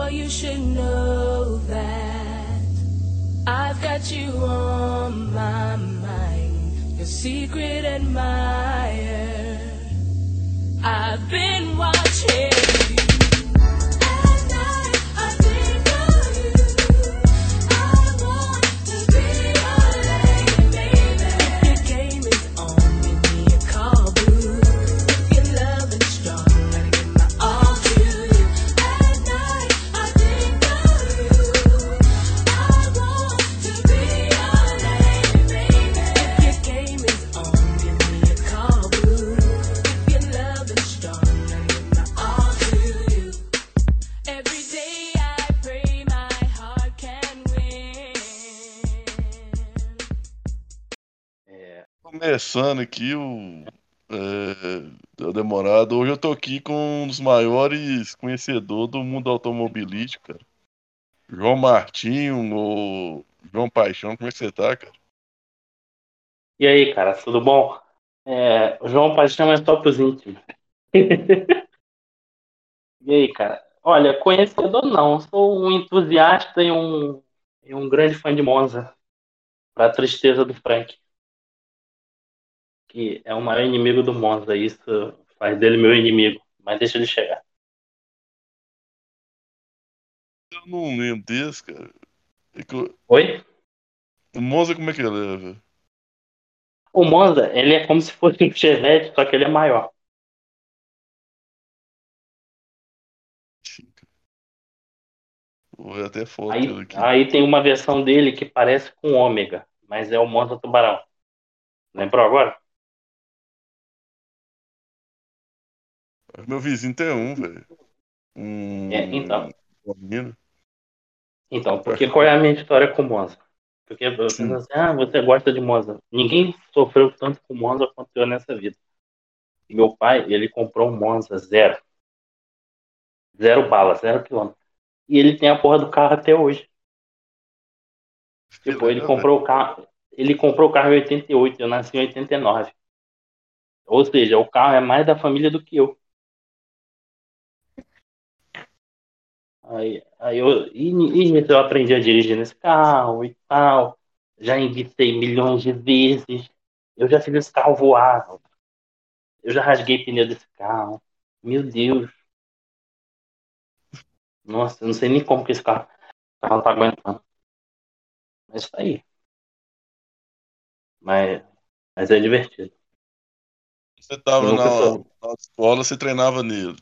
Boy, you should know that I've got you on my mind, your secret admirer. I've been watching you. At night, I think of you. I want to be your lady, baby. If your game is on, give me a call, boo. If your love is strong, gotta give my all to you. At night, I think of you. I want to be your lady, baby. If your game is on, give me a call, boo. If your love is strong, gotta give my all to you. Every day I pray my heart can win. Começando aqui deu demorado. Hoje eu tô aqui com um dos maiores conhecedores do mundo automobilístico, cara. João Martinho, ou João Paixão, como é que você tá, cara? E aí, cara, tudo bom? O João Paixão é só pros íntimos. E aí, cara? Olha, conhecedor não, sou um entusiasta e um grande fã de Monza, pra tristeza do Frank, que é o maior inimigo do Monza, isso faz dele meu inimigo, mas deixa ele chegar. Eu não lembro desse, cara. Oi? O Monza, como é que ele é, velho? O Monza, ele é como se fosse um Chevette, só que ele é maior. Vou ver até foto dele Aí, aqui. aí tem uma versão dele que parece com o Ômega, mas é o Monza Tubarão. Lembrou agora? Meu vizinho tem um, velho. Então. Um menino. Então, Eu porque acho qual é a minha história com Monza? Porque eu penso sim. assim, você gosta de Monza. Ninguém sofreu tanto com Monza quanto eu nessa vida. Meu pai, ele comprou um Monza zero. Zero bala, 0 quilômetro. E ele tem a porra do carro até hoje. Tipo, Ele é, velho. ele comprou o carro em 88, eu nasci em 89. Ou seja, o carro é mais da família do que eu. E eu aprendi a dirigir nesse carro e tal. Já enguiçei milhões de vezes. Eu já fiz esse carro voar. Eu já rasguei pneu desse carro. Meu Deus. Nossa, eu não sei nem como que esse carro tá aguentando. Mas tá aí. Mas, mas é divertido. Você E tava nunca sou. na escola, você treinava nele.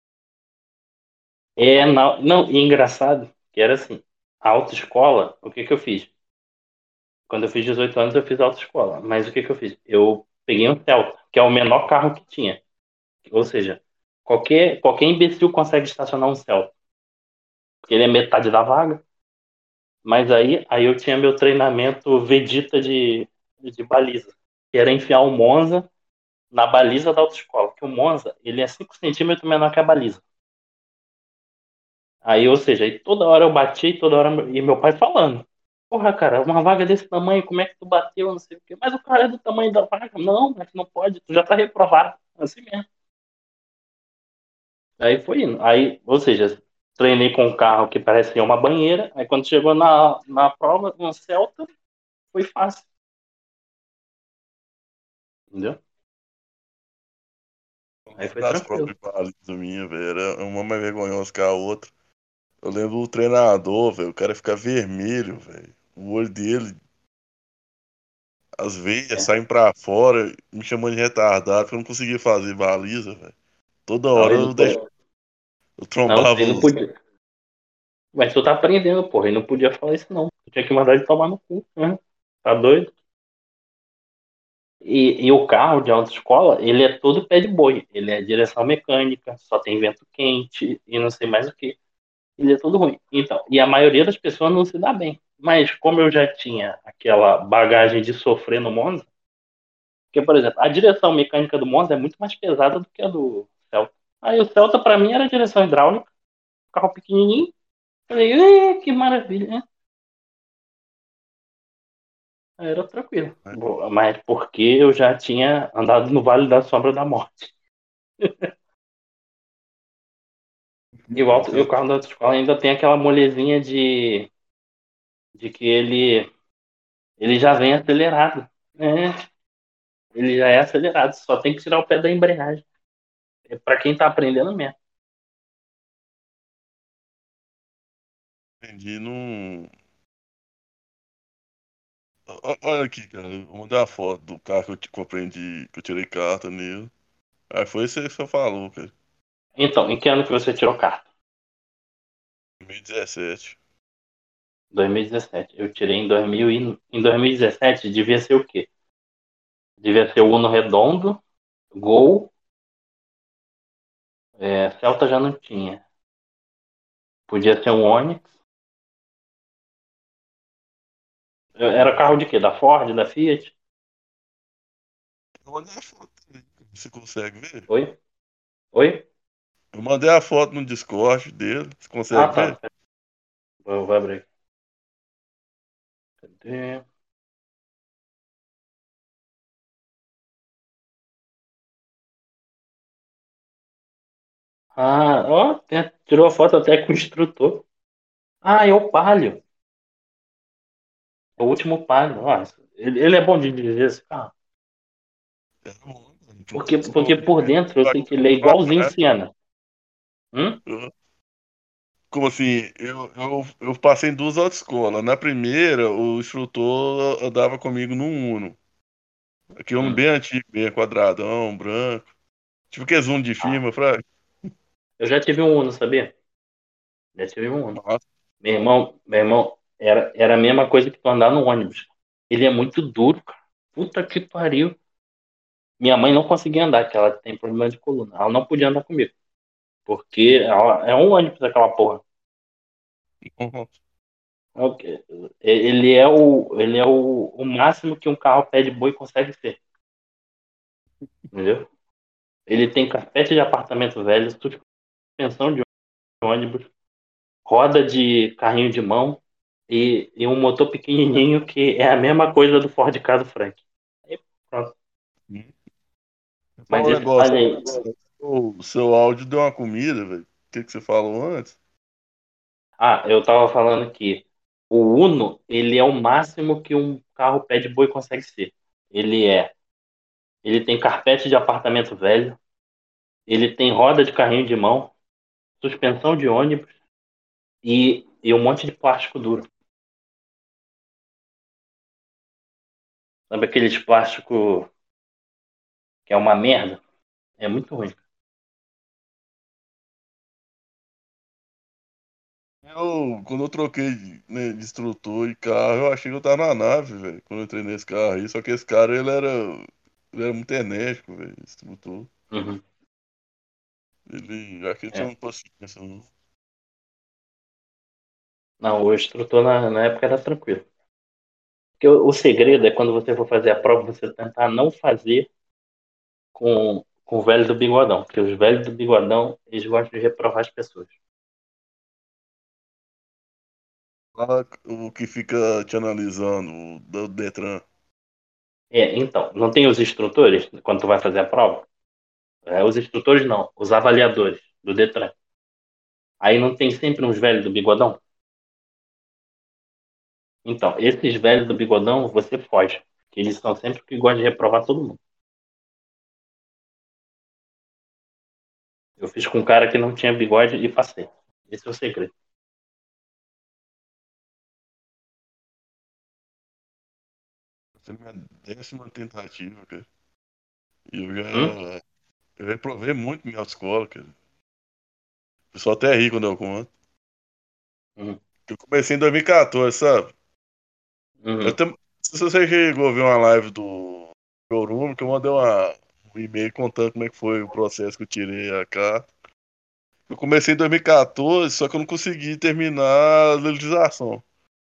Não, não, e engraçado que era assim. A autoescola, o que que eu fiz? Quando eu fiz 18 anos, eu fiz autoescola. Mas o que que eu fiz? Eu peguei um Celta, que é o menor carro que tinha. Ou seja, qualquer imbecil consegue estacionar um Celta. Porque ele é metade da vaga. Mas aí eu tinha meu treinamento Vegeta de baliza, que era enfiar o Monza na baliza da autoescola, que o Monza, ele é 5 centímetros menor que a baliza. Ou seja, aí toda hora eu bati, toda hora, e meu pai falando, porra, cara, uma vaga desse tamanho, como é que tu bateu, não sei o quê, mas o cara é do tamanho da vaga, não, mas não pode, tu já tá reprovado, assim mesmo. Aí foi indo, ou seja, treinei com um carro que parecia uma banheira, aí quando chegou na prova, um Celta, foi fácil, entendeu? Aí foi Das provas tranquilo. de baliza minha, velho. Era uma mais vergonhosa que a outra. Eu lembro o treinador, velho. O cara fica vermelho, velho. O olho dele, as veias É. saem pra fora, me chamando de retardado, porque eu não conseguia fazer baliza, velho. Toda Não, hora ele foi. eu Não, trombava ele não os. podia. Mas tu tá aprendendo, porra. Ele não podia falar isso, não. Tu tinha que mandar ele tomar no cu, né? Tá doido? E o carro de autoescola, ele é todo pé de boi. Ele é direção mecânica, só tem vento quente e não sei mais o que. Ele é todo ruim. Então, e a maioria das pessoas não se dá bem. Mas como eu já tinha aquela bagagem de sofrer no Monza, porque, por exemplo, a direção mecânica do Monza é muito mais pesada do que a do Celta. Aí o Celta, pra mim, era direção hidráulica, carro pequenininho. Falei, que maravilha, né? Aí era tranquilo. Mas porque eu já tinha andado no Vale da Sombra da Morte. E o carro da autoescola ainda tem aquela molezinha de que ele já vem acelerado. É, ele já é acelerado, só tem que tirar o pé da embreagem. É pra quem tá aprendendo mesmo. Entendi. Não. Olha aqui, cara. Eu vou mandar a foto do carro que eu aprendi, que eu tirei carta nele. Aí foi isso aí que você falou, cara. Então, em que ano que você tirou carta? 2017. 2017. Eu tirei em 2017 devia ser o quê? Devia ser o Uno Redondo, Gol, Celta já não tinha. Podia ser um Onix. Era carro de quê? Da Ford, da Fiat? Eu mandei a foto também. Você consegue ver? Oi? Oi? Eu mandei a foto no Discord dele. Você Ah, consegue ver? tá. Vou abrir aqui. Cadê? Ah, ó, tirou a foto até com o instrutor. Ah, é o Palio. É o último Palio. Nossa, ele é bom de dirigir esse carro. É bom, mano. Porque por dentro eu sei que ele é igualzinho Siena. Hum? Como assim? Eu passei em duas autoescolas. Na primeira, o instrutor andava comigo num Uno. Aqui um Hum. bem antigo, bem quadradão, branco. Tipo que Uno de Ah, firma, fraga. eu já tive um Uno, sabia? Já tive um Uno. Nossa. Meu irmão, era a mesma coisa que tu andar no ônibus. Ele é muito duro, cara. Puta que pariu. Minha mãe não conseguia andar, que ela tem problema de coluna. Ela não podia andar comigo. Porque é um ônibus aquela porra. Ok. Ele é o máximo que um carro pé de boi consegue ser. Entendeu? Ele tem carpete de apartamento velho, suspensão de ônibus, roda de carrinho de mão e um motor pequenininho que é a mesma coisa do Ford Ka do Frank. Aí, pronto. Fala Mas um esse negócio. palio aí. O seu áudio deu uma comida, velho. O que você falou antes? Ah, eu tava falando que o Uno, ele é o máximo que um carro pé de boi consegue ser. Ele é, ele tem carpete de apartamento velho, ele tem roda de carrinho de mão, suspensão de ônibus e um monte de plástico duro. Sabe aqueles plástico que é uma merda? É muito ruim. Quando eu troquei de instrutor e carro, eu achei que eu tava na nave, velho. Quando eu entrei nesse carro aí. Só que esse cara, ele era muito enérgico, velho. Instrutor. Uhum. Acho que ele tinha É. um paciência, não. Não, o instrutor na época era tranquilo. Porque o segredo é quando você for fazer a prova, você tentar não fazer com o velho do bigodão. Porque os velhos do bigodão, eles gostam de reprovar as pessoas. Lá, o que fica te analisando, o do Detran. Então, não tem os instrutores quando tu vai fazer a prova? Os instrutores não, os avaliadores do Detran. Aí não tem sempre uns velhos do bigodão? Então, esses velhos do bigodão, você foge. Que eles são sempre que gostam de reprovar todo mundo. Eu fiz com um cara que não tinha bigode e passei. Esse é o segredo. Essa é a minha 10ª tentativa, cara. E Hum? eu reprovei muito minha autoescola, cara. O pessoal até ri quando eu conto. Uhum. Eu comecei em 2014, sabe? Eu Uhum. tam... Se você chegou a ver uma live do Showroom, que eu mandei um e-mail contando como é que foi o processo que eu tirei a carta. Eu comecei em 2014, só que eu não consegui terminar a legislação.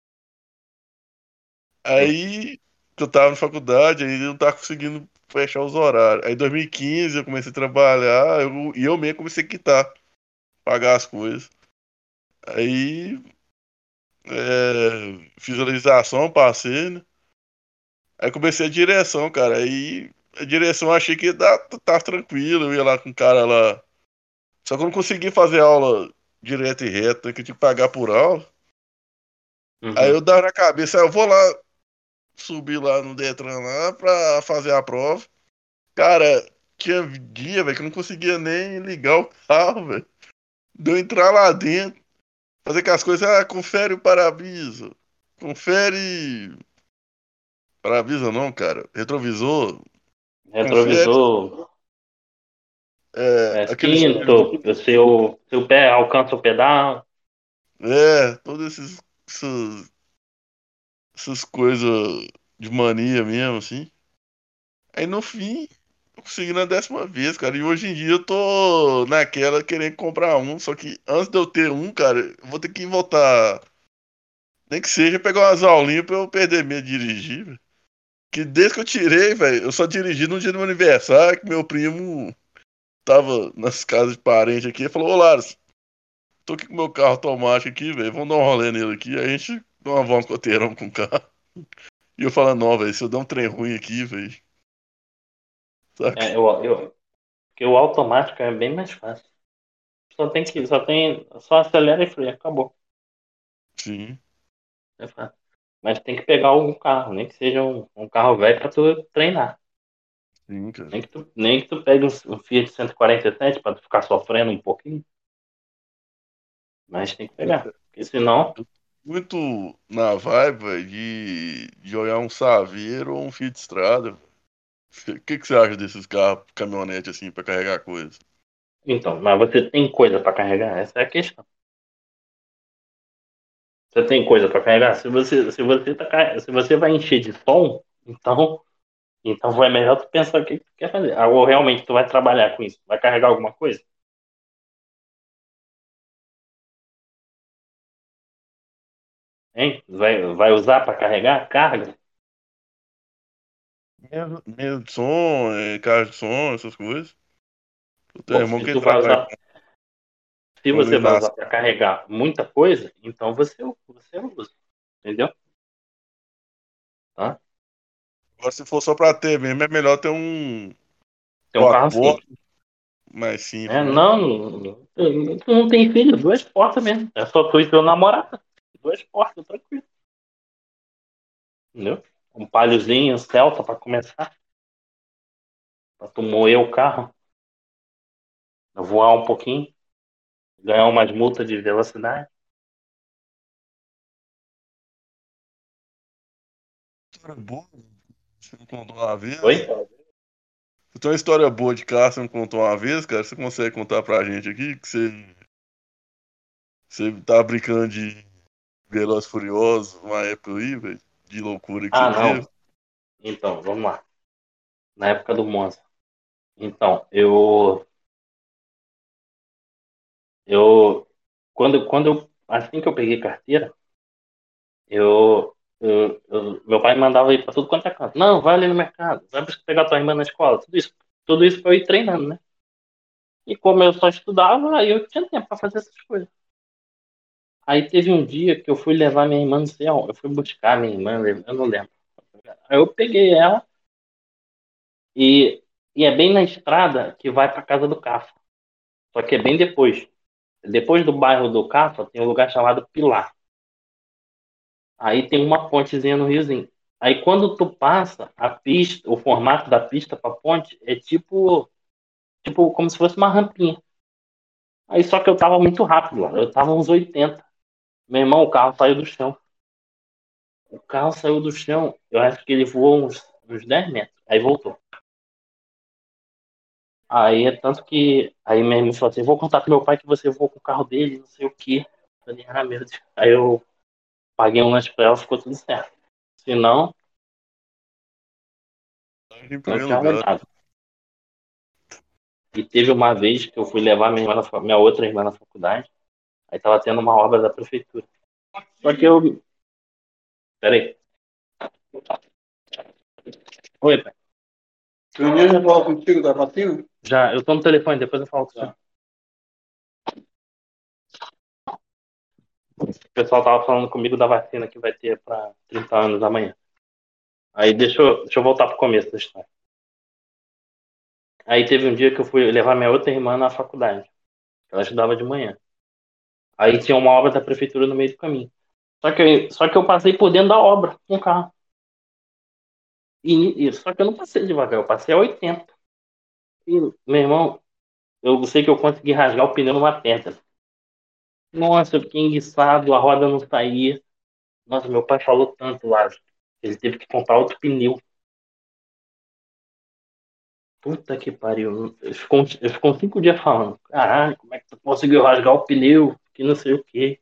Sim. Aí eu tava na faculdade, aí eu não tava conseguindo fechar os horários. Aí em 2015 eu comecei a trabalhar e eu mesmo comecei a quitar, pagar as coisas. Aí fiz a legislação, passei, né? Aí comecei a direção, cara. Aí a direção eu achei que tava tranquilo, eu ia lá com o cara lá. Só que eu não consegui fazer aula direto e reto, né, que eu tinha que pagar por aula. Aí Uhum. eu dava na cabeça, eu vou lá, subir lá no Detran lá pra fazer a prova. Cara, tinha dia, velho, que eu não conseguia nem ligar o carro, velho. Deu entrar lá dentro, fazer com as coisas, confere o para-brisa. Confere. Para-brisa não, cara. Retrovisor. Confere Retrovisor, aquele. cinto, seu pé alcança o pedal. Todas essas coisas de mania mesmo, assim. Aí no fim, eu consegui na 10ª vez, cara. E hoje em dia eu tô naquela querendo comprar um. Só que antes de eu ter um, cara, eu vou ter que voltar. Nem que seja pegar umas aulinhas pra eu perder medo de dirigir, velho. Que desde que eu tirei, velho, eu só dirigi no dia do meu aniversário, que meu primo tava nas casas de parente aqui e falou: Ô Laros, tô aqui com meu carro automático aqui, velho. Vamos dar um rolê nele aqui. Aí a gente dá uma volta com o quarteirão com o carro. E eu falando, não, velho, se eu der um trem ruim aqui, velho. Saca? Porque o automático é bem mais fácil. Só acelera e freia, acabou. Sim, É fácil. Mas tem que pegar algum carro, nem que seja um carro velho pra tu treinar. sim, cara. Nem que tu pegue um Fiat 147 pra tu ficar sofrendo um pouquinho, mas tem que pegar. Porque senão, Eu tô muito na vibe, velho, de olhar um Saveiro ou um Fiat Strada. O que você acha desses carros, caminhonete assim, pra carregar coisa? então, mas você tem coisa pra carregar? Essa é a questão. Você tem coisa pra carregar? Se você vai encher de som, então é melhor tu pensar o que tu quer fazer. Ou realmente tu vai trabalhar com isso? Vai carregar alguma coisa? Hein? Vai usar pra carregar? Carga? Mesa de som, caixa de som, essas coisas. Eu tenho um Bom, irmão se que tu vai trabalha usar, se com você vai iluminação. usar pra carregar muita coisa, então você usa. Entendeu? Tá? Agora, se for só pra ter mesmo, é melhor ter um Tem um carro quatro simples. mais É, simples, né? não, tu não tem filho, duas portas mesmo. É só tu e teu namorado. Duas portas, tranquilo. Entendeu? Um paliozinho, um Celta pra começar. Pra tu moer o carro, voar um pouquinho, ganhar umas multas de velocidade. História boa, você não contou uma Oi? vez. Você tem uma história boa de carro, você não contou uma vez, cara? Você consegue contar pra gente aqui que você tava brincando de Velozes e Furiosos uma época aí, velho? De loucura que você Ah, teve? não. Então, vamos lá. Na época do Monza. Então, eu assim que eu peguei carteira, meu pai mandava ir pra tudo quanto é canto. Não, vai ali no mercado, vai pegar tua irmã na escola, tudo isso pra eu ir treinando, né? E como eu só estudava, aí eu tinha tempo pra fazer essas coisas. Aí teve um dia que eu fui levar minha irmã no sei aonde. Eu fui buscar minha irmã, eu não lembro. Aí eu peguei ela e, e é bem na estrada que vai pra casa do Cafa. Só que é bem depois. Depois do bairro do Cafa tem um lugar chamado Pilar. Aí tem uma pontezinha no riozinho. Aí quando tu passa, a pista, o formato da pista pra ponte é tipo como se fosse uma rampinha. Aí só que eu tava muito rápido lá. Eu tava uns 80. Meu irmão, o carro saiu do chão. O carro saiu do chão, eu acho que ele voou uns 10 metros. Aí voltou. Aí é tanto que. Aí minha irmã falou assim: vou contar pro meu pai que você voou com o carro dele, não sei o quê. Eu falei: ah, meu Deus. Aí eu paguei um lanche pra ela, ficou tudo certo. Senão, Em não primeiro tinha lugar. rodado. E teve uma vez que eu fui levar minha outra irmã na faculdade. Aí tava tendo uma obra da prefeitura. Só que eu. Peraí. Oi, pai. O dia já falou contigo da vacina? Já, eu tô no telefone, depois eu falo com você. O pessoal tava falando comigo da vacina que vai ter pra 30 anos amanhã. Aí deixa eu voltar pro começo da história. Aí teve um dia que eu fui levar minha outra irmã na faculdade. Ela estudava de manhã. Aí tinha uma obra da prefeitura no meio do caminho. Só que eu passei por dentro da obra com o carro. Só que eu não passei devagar, eu passei a 80. E, meu irmão, eu sei que eu consegui rasgar o pneu numa pedra. Nossa, eu fiquei enguiçado, a roda não saía. Nossa, meu pai falou tanto lá. Ele teve que comprar outro pneu. Puta que pariu. Ele ficou 5 dias falando. Caralho, como é que tu conseguiu rasgar o pneu? Que não sei o quê.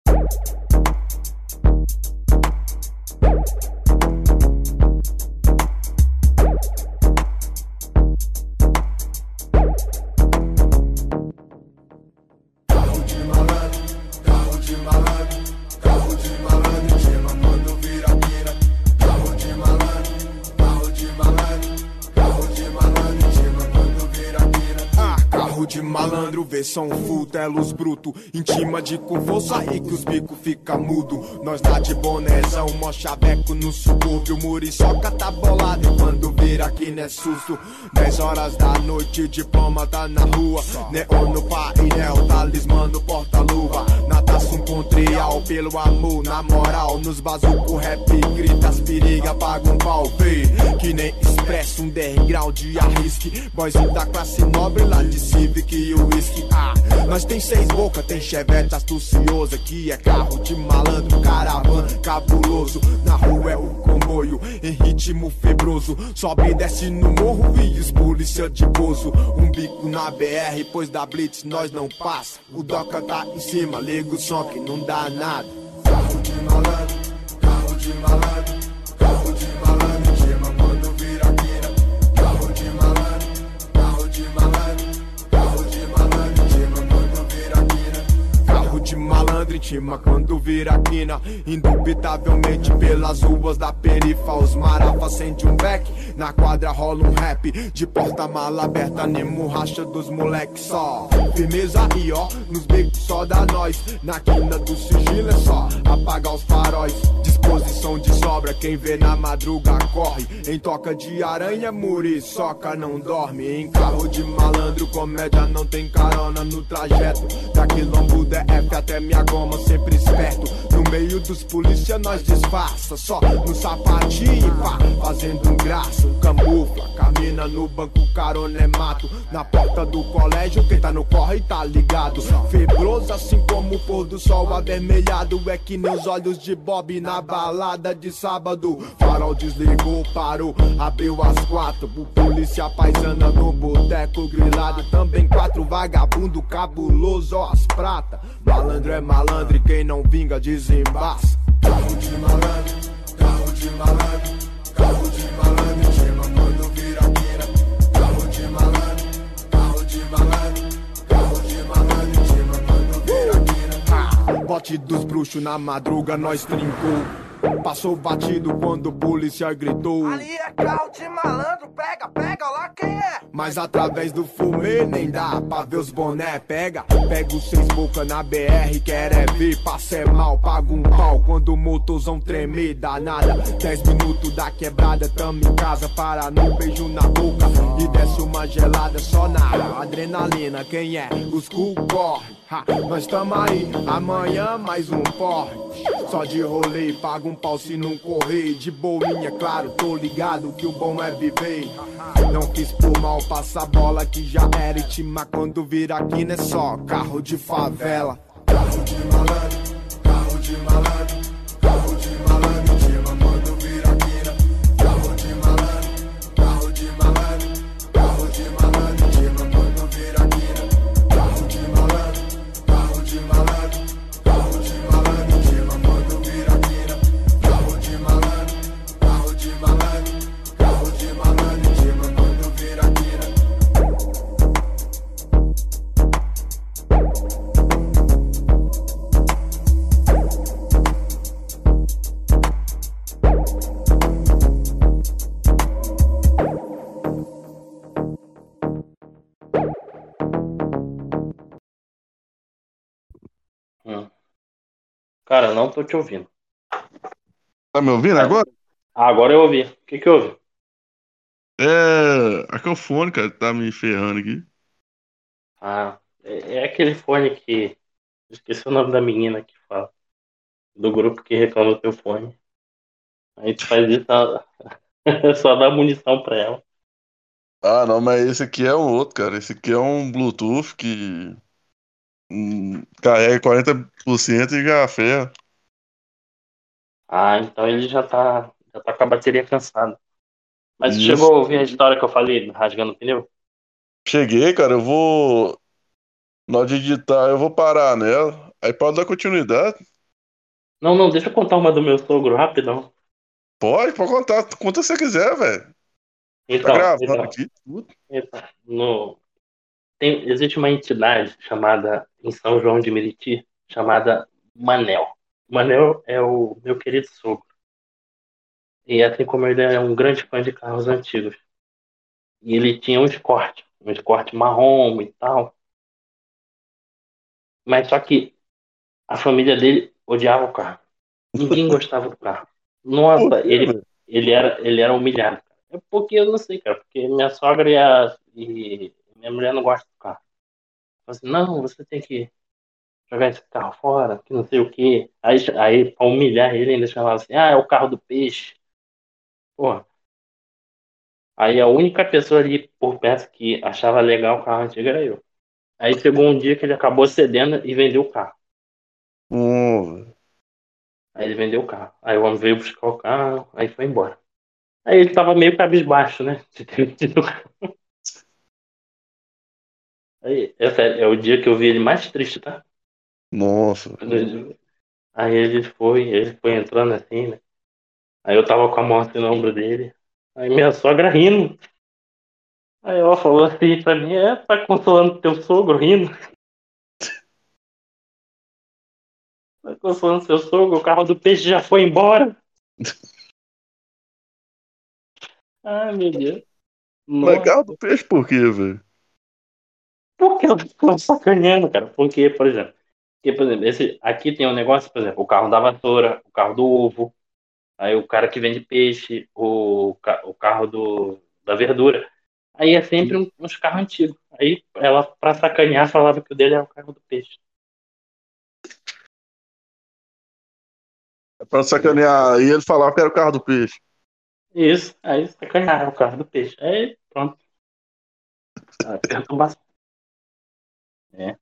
Carro de malandro, carro de malandro, carro de malandro, chama quando vira pira. Carro de malandro, carro de malandro, carro de malandro, chama quando vira pira. Carro de malandro, versão full, telos bruto, intima de com força aí que os bicos fica mudo. Nós tá de bonézão, mó chaveco no subúrbio, muriçoca tá bolado e quando vira aqui não é susto. 10 horas da noite, diploma tá na rua, neon no painel, talismã no porta-luva. Natação com trial, pelo amor, na moral, nos bazuco rap, grita as periga, paga um pau, vê, que nem expresso, underground de arrisque, boyzinho da classe nobre lá de Civic e whisky. Nós tem 6 boca, tem chevette astuciosa, que é carro de malandro, caravana cabuloso. Na rua é o comboio, em ritmo febroso, sobe e desce no morro e os polícia de bozo. Um bico na BR, pois da blitz nós não passa. O doca tá em cima, liga o som que não dá nada. Carro de malandro, carro de malandro, carro de malandro, chama quando vira quina. Carro de malandro, carro de malandro, carro de malandro, chama quando vira quina. Carro de malandro, intima quando vira quina. Indubitavelmente pelas ruas da perifa, os marafa acende um beck. Na quadra rola um rap, de porta-mala aberta, Nemo racha dos moleques só. Firmeza aí ó, nos becos só da nós. Na quina do sigilo é só apagar os faróis. Disposição de sobra, quem vê na madruga corre. Em toca de aranha, muriçoca não dorme. Em carro de malandro, comédia não tem carona no trajeto. Da quilombo DF até minha goma, sempre esperto. No meio dos polícia nós disfarça, só no sapatinho, pá, fazendo um graça. Camufla, camina no banco, carona é mato. Na porta do colégio, quem tá no corre tá ligado. Febroso assim como o pôr do sol avermelhado. É que nem os olhos de Bob na balada de sábado. Farol desligou, parou, abriu às 4. O polícia paisana no boteco grilado. Também 4 vagabundo cabuloso, ó as prata. Malandro é malandro e quem não vinga desembaça. Carro de malandro, carro de malandro, carro de malandro, chama quando vira quina. Carro de malandro, carro de malandro, carro de malandro, chama quando vira quina. Bote dos bruxos na madruga, nós trincou. Passou batido quando o polícia gritou. Ali é carro de malandro, pega, pega lá quem é. Mas através do fumê nem dá pra ver os boné. Pega os 6 boca na BR, quer é ver, passa é mal, paga um pau quando o motorzão tremer, dá nada. 10 minutos da quebrada, tamo em casa, para no beijo na boca e desce uma gelada só na adrenalina. Quem é? Os cu corre. Nós tamo aí, amanhã mais um porre. Só de rolê, paga um pau se não correr. De boinha, claro, tô ligado que o bom é viver. Não quis por mal, passa a bola que já era intima. Quando vira aqui não é só carro de favela. Carro de malandro, carro de malandro, carro de malandro, intima quando vira quina. Carro de malandro, carro de malandro, carro de malandro, intima quando vira quina. Carro de malandro, carro de malandro, carro de malandro, intima quando vira quina. Carro de malandro, carro de malandro, carro de malandro, intima quando vira quina. Cara, não tô te ouvindo. Tá me ouvindo agora? Agora eu ouvi. O que houve? Aqui é o fone, cara, tá me ferrando aqui. É aquele fone que Esqueci o nome da menina que fala. Do grupo que reclama do teu fone. Aí tu faz isso, só dá munição pra ela. Ah, não, mas esse aqui é um outro, cara. Esse aqui é um Bluetooth que carrega 40% e já ferra. Ah, então ele já tá com a bateria cansada. Mas tu Isso. chegou a ouvir a história que eu falei, rasgando o pneu? Cheguei, cara. Eu vou. Na hora de editar, eu vou parar nela. Aí pode dar continuidade. Não, não, deixa eu contar uma do meu sogro, rapidão. Pode contar. Conta se você quiser, velho. Tá Então, gravando então, aqui. Tudo. então existe uma entidade chamada, em São João de Meriti, chamada Manel. Manel é o meu querido sogro. E assim como ele é um grande fã de carros antigos. E ele tinha um Escort marrom e tal. Mas só que a família dele odiava o carro. Ninguém gostava do carro. Por Nossa, quê, ele, velho? ele era humilhado. É porque eu não sei, cara. Porque minha sogra e minha mulher não gostam do carro. Fala assim, não, você tem que jogar esse carro fora, que não sei o quê. Aí pra humilhar ele, ainda chamava assim, ah, é o carro do peixe. Porra. Aí a única pessoa ali por perto que achava legal o carro antigo era eu. Aí chegou um dia que ele acabou cedendo e vendeu o carro. Velho. Aí ele vendeu o carro. Aí o homem veio buscar o carro, aí foi embora. Aí ele tava meio cabisbaixo, né? De ter vendido o carro. Aí, é sério, é o dia que eu vi ele mais triste, tá? Nossa. Aí ele foi entrando assim, né? Aí eu tava com a mão assim no ombro dele. Aí minha sogra rindo. Aí ela falou assim pra mim, tá consolando teu sogro rindo? Tá consolando seu sogro, o carro do peixe já foi embora. Ai, meu Deus. Mas Nossa. carro do peixe por quê, velho? Por que ela ficou sacaneando, cara? Por exemplo, aqui tem um negócio, por exemplo, o carro da vassoura, o carro do ovo, aí o cara que vende peixe, o carro da verdura. Aí é sempre uns carros antigos. Aí ela, pra sacanear, falava que o dele é o carro do peixe. É pra Entendeu? sacanear. E ele falava que era o carro do peixe. Isso, aí sacanear, é o carro do peixe. Aí pronto. A perturbação. É.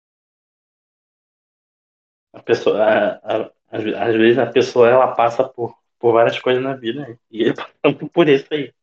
A pessoa, às vezes a pessoa ela passa por várias coisas na vida, né? E ele passando por isso aí.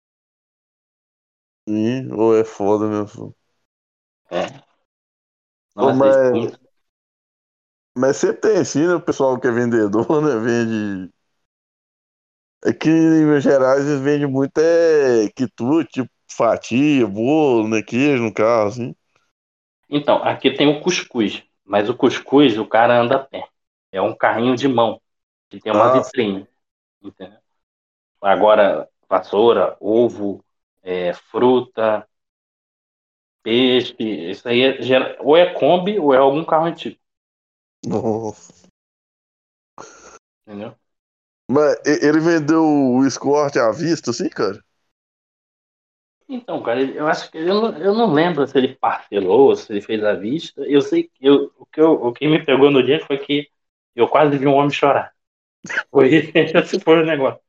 Sim, ou é foda mesmo. É. Ô, Nossa, ele ficou muito. mas sempre tem assim, né? O pessoal que é vendedor, né? Vende. É que em Minas Gerais eles vendem muito quitute, tipo fatia, bolo, né? Queijo no carro, assim. Então, aqui tem o cuscuz, mas o cuscuz o cara anda a pé. É um carrinho de mão, que tem uma Ah, vitrine, entendeu? Agora, vassoura, ovo, fruta, peixe, isso aí ou é Kombi ou é algum carro antigo, nossa. entendeu? Mas ele vendeu o Escort à vista, assim, cara? Então, cara, eu acho que eu não lembro se ele parcelou, se ele fez à vista. Eu sei que o que me pegou no dia foi que eu quase vi um homem chorar. Foi esse foi o negócio.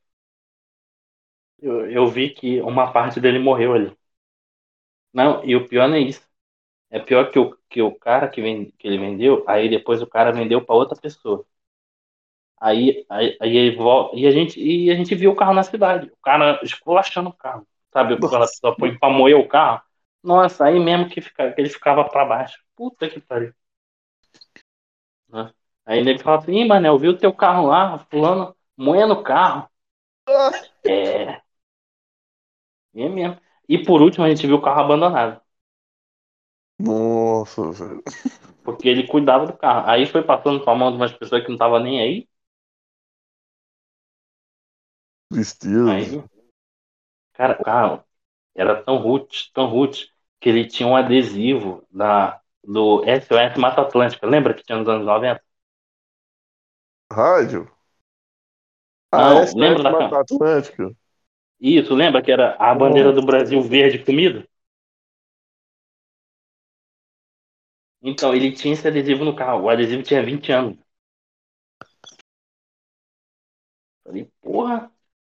Eu vi que uma parte dele morreu ali. Não, e o pior não é isso. É pior que o cara que ele vendeu, aí depois o cara vendeu para outra pessoa. Aí ele volta, e a gente viu o carro na cidade. O cara esculachando o carro. Sabe, quando a Nossa. pessoa põe pra moer o carro? Nossa, aí mesmo que ele ficava pra baixo. Puta que pariu. Né? Aí ele fala assim, ih, Manel, viu o teu carro lá, fulano, moendo o carro. É, é mesmo. E por último a gente viu o carro abandonado. Nossa, velho. Porque ele cuidava do carro. Aí foi passando pra mão de umas pessoas que não estavam nem aí. Tristeza. Aí, cara, o carro era tão roots, que ele tinha um adesivo do SOS Mata Atlântica. Lembra que tinha nos anos 90? Rádio? Ah, Não, lembra SOS da Mata Atlântica. Isso, lembra que era a bandeira do Nossa. Brasil verde comida? Então, ele tinha esse adesivo no carro. O adesivo tinha 20 anos. Falei, porra.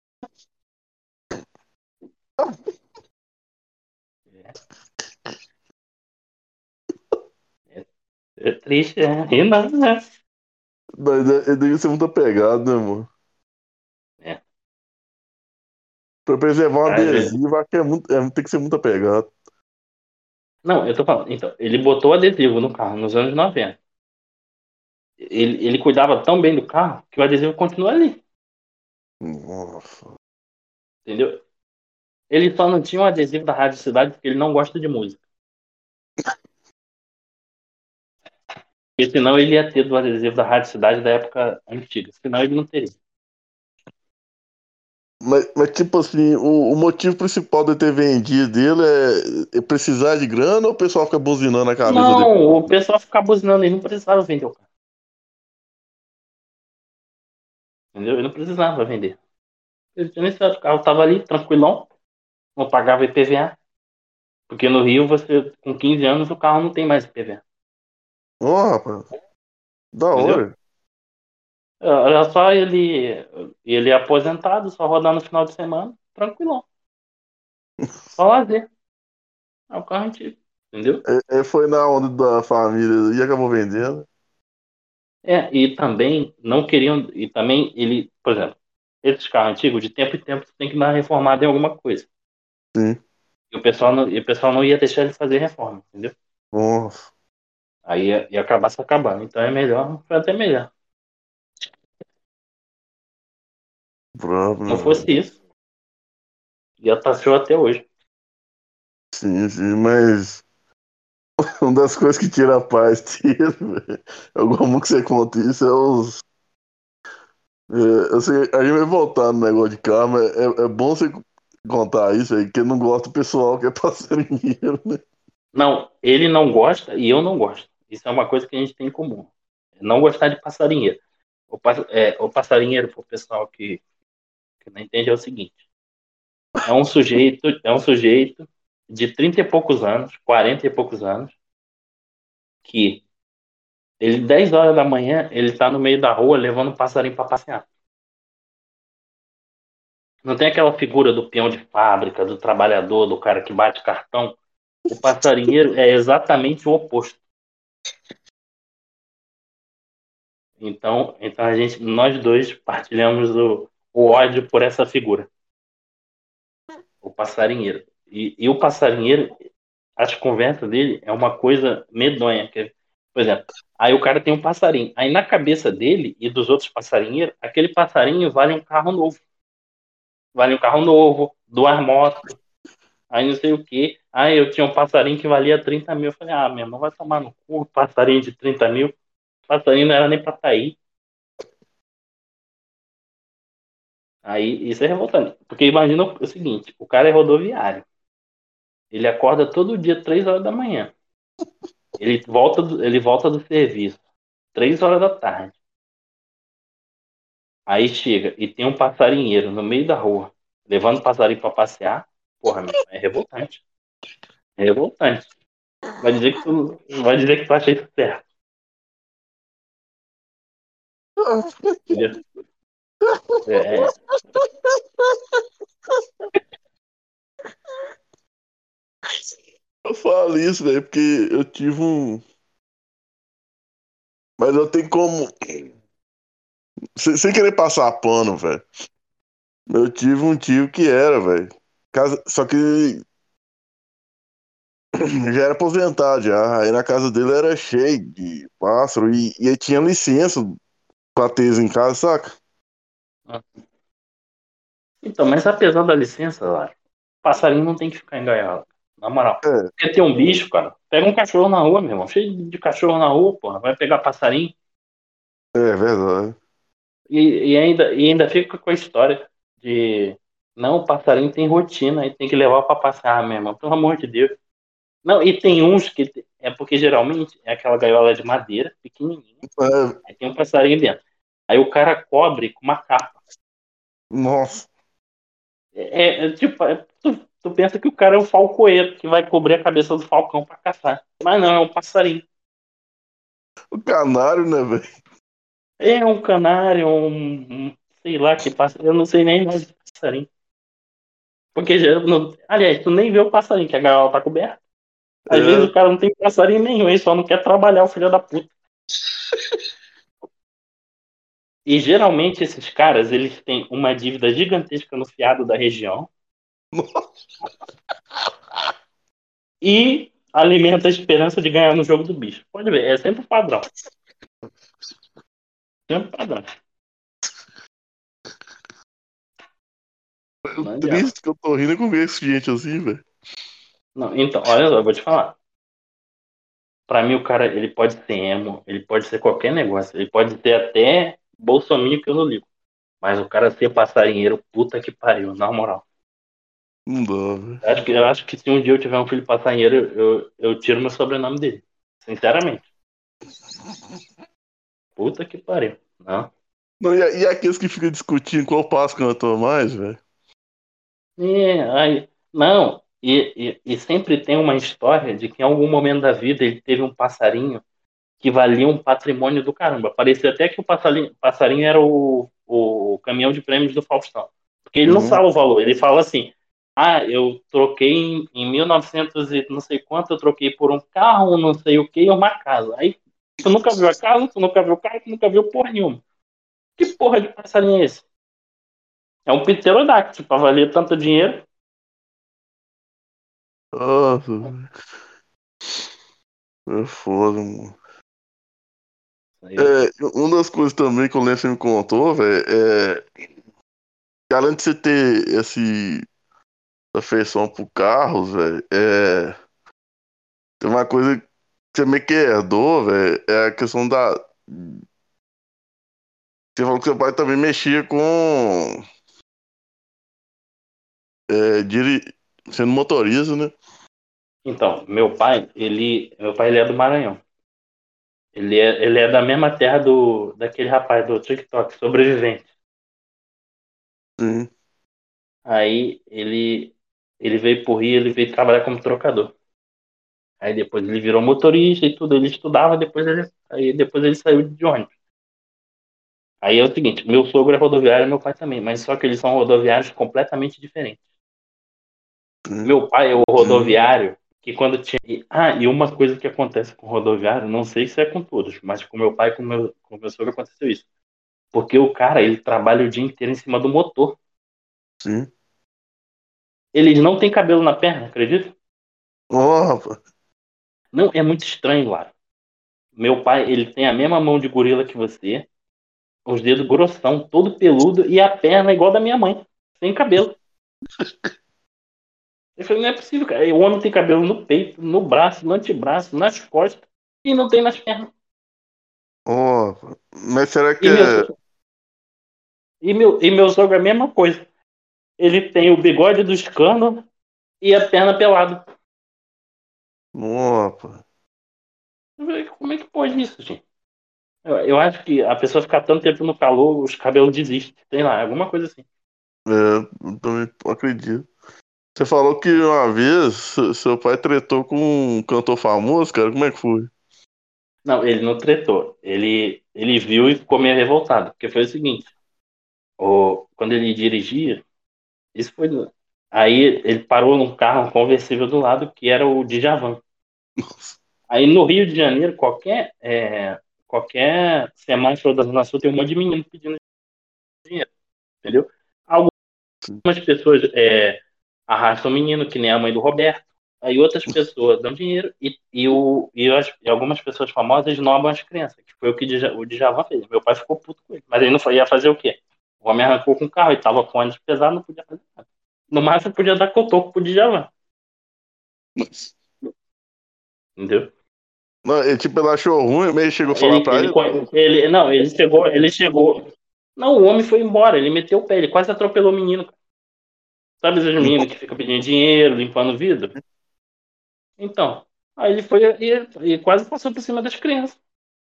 É, é triste, é. E não, né? Mas ele devia ser muito apegado, né, mano? É, Pra preservar um às vezes. adesivo, acho que tem que ser muito apegado. Não, eu tô falando. Então, ele botou adesivo no carro nos anos 90. Ele cuidava tão bem do carro que o adesivo continua ali. Nossa. Entendeu? Ele só não tinha um adesivo da Rádio Cidade porque ele não gosta de música. Porque senão ele ia ter do adesivo da Rádio Cidade da época antiga. Senão ele não teria. Mas tipo assim, o motivo principal de eu ter vendido dele é precisar de grana ou o pessoal fica buzinando a cabeça dele? Não, o pessoal ficava buzinando, ele não precisava vender o carro. Entendeu? Ele não precisava vender. Ele tinha necessidade, o carro estava ali, tranquilão, não pagava IPVA. Porque no Rio, você, com 15 anos, o carro não tem mais IPVA. Ó, rapaz, da Entendeu? hora. Era só ele é aposentado, só rodar no final de semana, tranquilão. Só lazer. É o carro antigo. Entendeu? Foi na onda da família e acabou vendendo. E também não queriam. E também ele, por exemplo, esses carros antigos, de tempo em tempo, você tem que dar uma reformada em alguma coisa. Sim. E o pessoal não ia deixar ele fazer reforma, entendeu? Nossa, Aí ia acabar se acabando. Então é melhor, foi até melhor. brabo, Se não né, fosse velho? isso, ia estar show até hoje. Sim, sim, mas uma das coisas que tira a paz dele, velho, é como que você conta isso, é os. Assim, a gente vai voltar no negócio de carro, mas é bom você contar isso aí, porque não gosta do pessoal que é passarinheiro, né? Não, ele não gosta e eu não gosto. Isso é uma coisa que a gente tem em comum. Não gostar de passarinheiro. O passarinheiro, para o pessoal que não entende, é o seguinte: é um sujeito de 30 e poucos anos, 40 e poucos anos, que ele, 10 horas da manhã, ele está no meio da rua levando um passarinho para passear. Não tem aquela figura do peão de fábrica, do trabalhador, do cara que bate cartão. O passarinheiro é exatamente o oposto. Então nós dois partilhamos o ódio por essa figura, o passarinheiro. E o passarinheiro, as conversas dele é uma coisa medonha. Por exemplo, aí o cara tem um passarinho. Aí na cabeça dele e dos outros passarinheiros, aquele passarinho vale um carro novo. Vale um carro novo, duas motos, aí não sei o quê. Aí eu tinha um passarinho que valia 30 mil. Eu falei, meu irmão, vai tomar no cu, passarinho de 30 mil. Passarinho não era nem pra estar aí. Aí isso é revoltante. Porque imagina o seguinte: o cara é rodoviário. Ele acorda todo dia 3 horas da manhã. Ele volta do serviço 3 horas da tarde. Aí chega e tem um passarinheiro no meio da rua, levando o passarinho pra passear. Porra, meu, é revoltante. É revoltante. Vai dizer que tu acha isso certo. Entendeu? É, é. Eu falo isso, velho, porque eu tive um. Mas eu tenho como. Sem querer passar pano, velho. Eu tive um tio que era, velho. Só que já era aposentado já. Aí na casa dele era cheio de pássaro e ele tinha licença pra ter isso em casa, saca? Então, mas apesar da licença, lá, passarinho não tem que ficar em gaiola. Na moral. É, Quer ter um bicho, cara? Pega um cachorro na rua, meu irmão. Cheio de cachorro na rua, porra. Vai pegar passarinho é verdade. e ainda fica com a história de não, o passarinho tem rotina e tem que levar pra passear, meu irmão. Pelo amor de Deus. Não, e tem uns que é porque geralmente é aquela gaiola de madeira, pequenininha, É, aí tem um passarinho dentro. Aí o cara cobre com uma capa. nossa. Tipo, tu pensa que o cara é um falcoeiro que vai cobrir a cabeça do falcão pra caçar. Mas não, é um passarinho. O canário, né, velho? É um canário, sei lá que passa. Eu não sei nem mais de passarinho. Porque, aliás, tu nem vê o passarinho, que a gaiola tá coberta. Às vezes É, o cara não tem passarinho nenhum, ele só não quer trabalhar, o filho da puta. E geralmente esses caras, eles têm uma dívida gigantesca no fiado da região e alimenta a esperança de ganhar no jogo do bicho. Pode ver, é sempre o padrão. Sempre o padrão. Não adianta. triste que eu tô rindo com esse gente assim, velho. Não, então, olha só, eu vou te falar. Pra mim, o cara, ele pode ser emo, ele pode ser qualquer negócio, ele pode ter até bolsominion que eu não ligo. Mas o cara ser passarinheiro, puta que pariu, na moral. Não dá, velho. Eu acho que se um dia eu tiver um filho passarinheiro, eu tiro meu sobrenome dele. Sinceramente. Puta que pariu. Não. Não, e aqueles que ficam discutindo qual passo cantou mais, velho? Aí, não. E sempre tem uma história de que em algum momento da vida ele teve um passarinho que valia um patrimônio do caramba. Parecia até que o passarinho era o caminhão de prêmios do Faustão. Porque ele não Uhum. fala o valor, ele fala assim: ah, eu troquei em 1900 e não sei quanto, eu troquei por um carro, não sei o que, e uma casa. Aí tu nunca viu a casa, tu nunca viu o carro, tu nunca viu porra nenhuma. Que porra de passarinho é esse? É um pterodáctilo pra valer tanto dinheiro. Nossa, velho. É foda, mano. Aí, É, uma das coisas também que o Lance me contou, velho, é que além de você ter afeição por carros, velho, tem uma coisa que você meio que herdou, velho, é a questão da. Você falou que seu pai também mexia com. Sendo motorista, né? então, meu pai ele é do Maranhão. Ele é da mesma terra daquele rapaz do TikTok, sobrevivente. Sim, Aí ele veio pro Rio, ele veio trabalhar como trocador. Aí depois ele virou motorista e tudo, ele estudava, depois ele saiu de ônibus. Aí é o seguinte, meu sogro é rodoviário e meu pai também, mas só que eles são rodoviários completamente diferentes. sim. Meu pai é o rodoviário que quando tinha. E uma coisa que acontece com o rodoviário, não sei se é com todos, mas com meu pai e com meu sogro aconteceu isso. Porque o cara, ele trabalha o dia inteiro em cima do motor. Sim. Eles não têm cabelo na perna, acredita? Ó, rapaz. Não, é muito estranho, lá. Meu pai, ele tem a mesma mão de gorila que você, os dedos grossão, todo peludo, e a perna igual da minha mãe, sem cabelo. Eu falei, não é possível, cara. O homem tem cabelo no peito, no braço, no antebraço, nas costas, e não tem nas pernas. Ó, rapaz. Mas será que E meu, é. e meu sogro é a mesma coisa. Ele tem o bigode dos canos e a perna pelada. Ó, rapaz. Eu falei, como é que pode isso, gente? Eu acho que a pessoa ficar tanto tempo no calor, os cabelos desistem. Sei lá, alguma coisa assim. Eu também acredito. Você falou que uma vez seu pai tretou com um cantor famoso, cara. Como é que foi? Não, ele não tretou. Ele viu e ficou meio revoltado. Porque foi o seguinte: quando ele dirigia, isso foi. Aí ele parou num carro conversível do lado que era o Djavan. Nossa. Aí no Rio de Janeiro, qualquer semáforo da Zona Sul tem um monte de menino pedindo dinheiro, entendeu? Sim. Algumas pessoas arrastam o menino, que nem a mãe do Roberto. Aí outras pessoas dão dinheiro e algumas pessoas famosas esnobam as crianças, que foi o que o Djavan fez. Meu pai ficou puto com ele. Mas ele não ia fazer o quê? O homem arrancou com o carro, ele tava com ônibus pesado, não podia fazer nada. No máximo podia dar cotoco pro Djavan, Mas- entendeu? Não, tipo, ele achou ruim, mas ele chegou a falar Ele, pra ele, ele. não, ele chegou. Não, o homem foi embora, ele meteu o pé, ele quase atropelou o menino. Sabe os meninos que ficam pedindo dinheiro, limpando o vidro? Então, aí ele foi e quase passou por cima das crianças,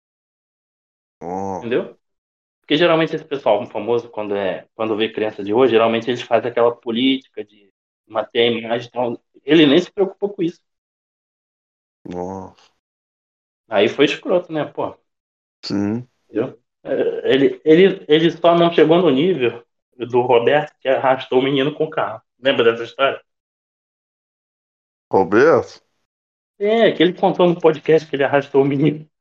Ó, entendeu? Porque geralmente esse pessoal famoso, quando vê criança de hoje, geralmente eles fazem aquela política de manter a imagem e tal. Ele nem se preocupou com isso, ó. Aí foi escroto, né, pô? Sim. Entendeu? Ele só não chegou no nível do Roberto que arrastou o menino com o carro. Lembra dessa história? Roberto? É, que ele contou no podcast que ele arrastou o menino.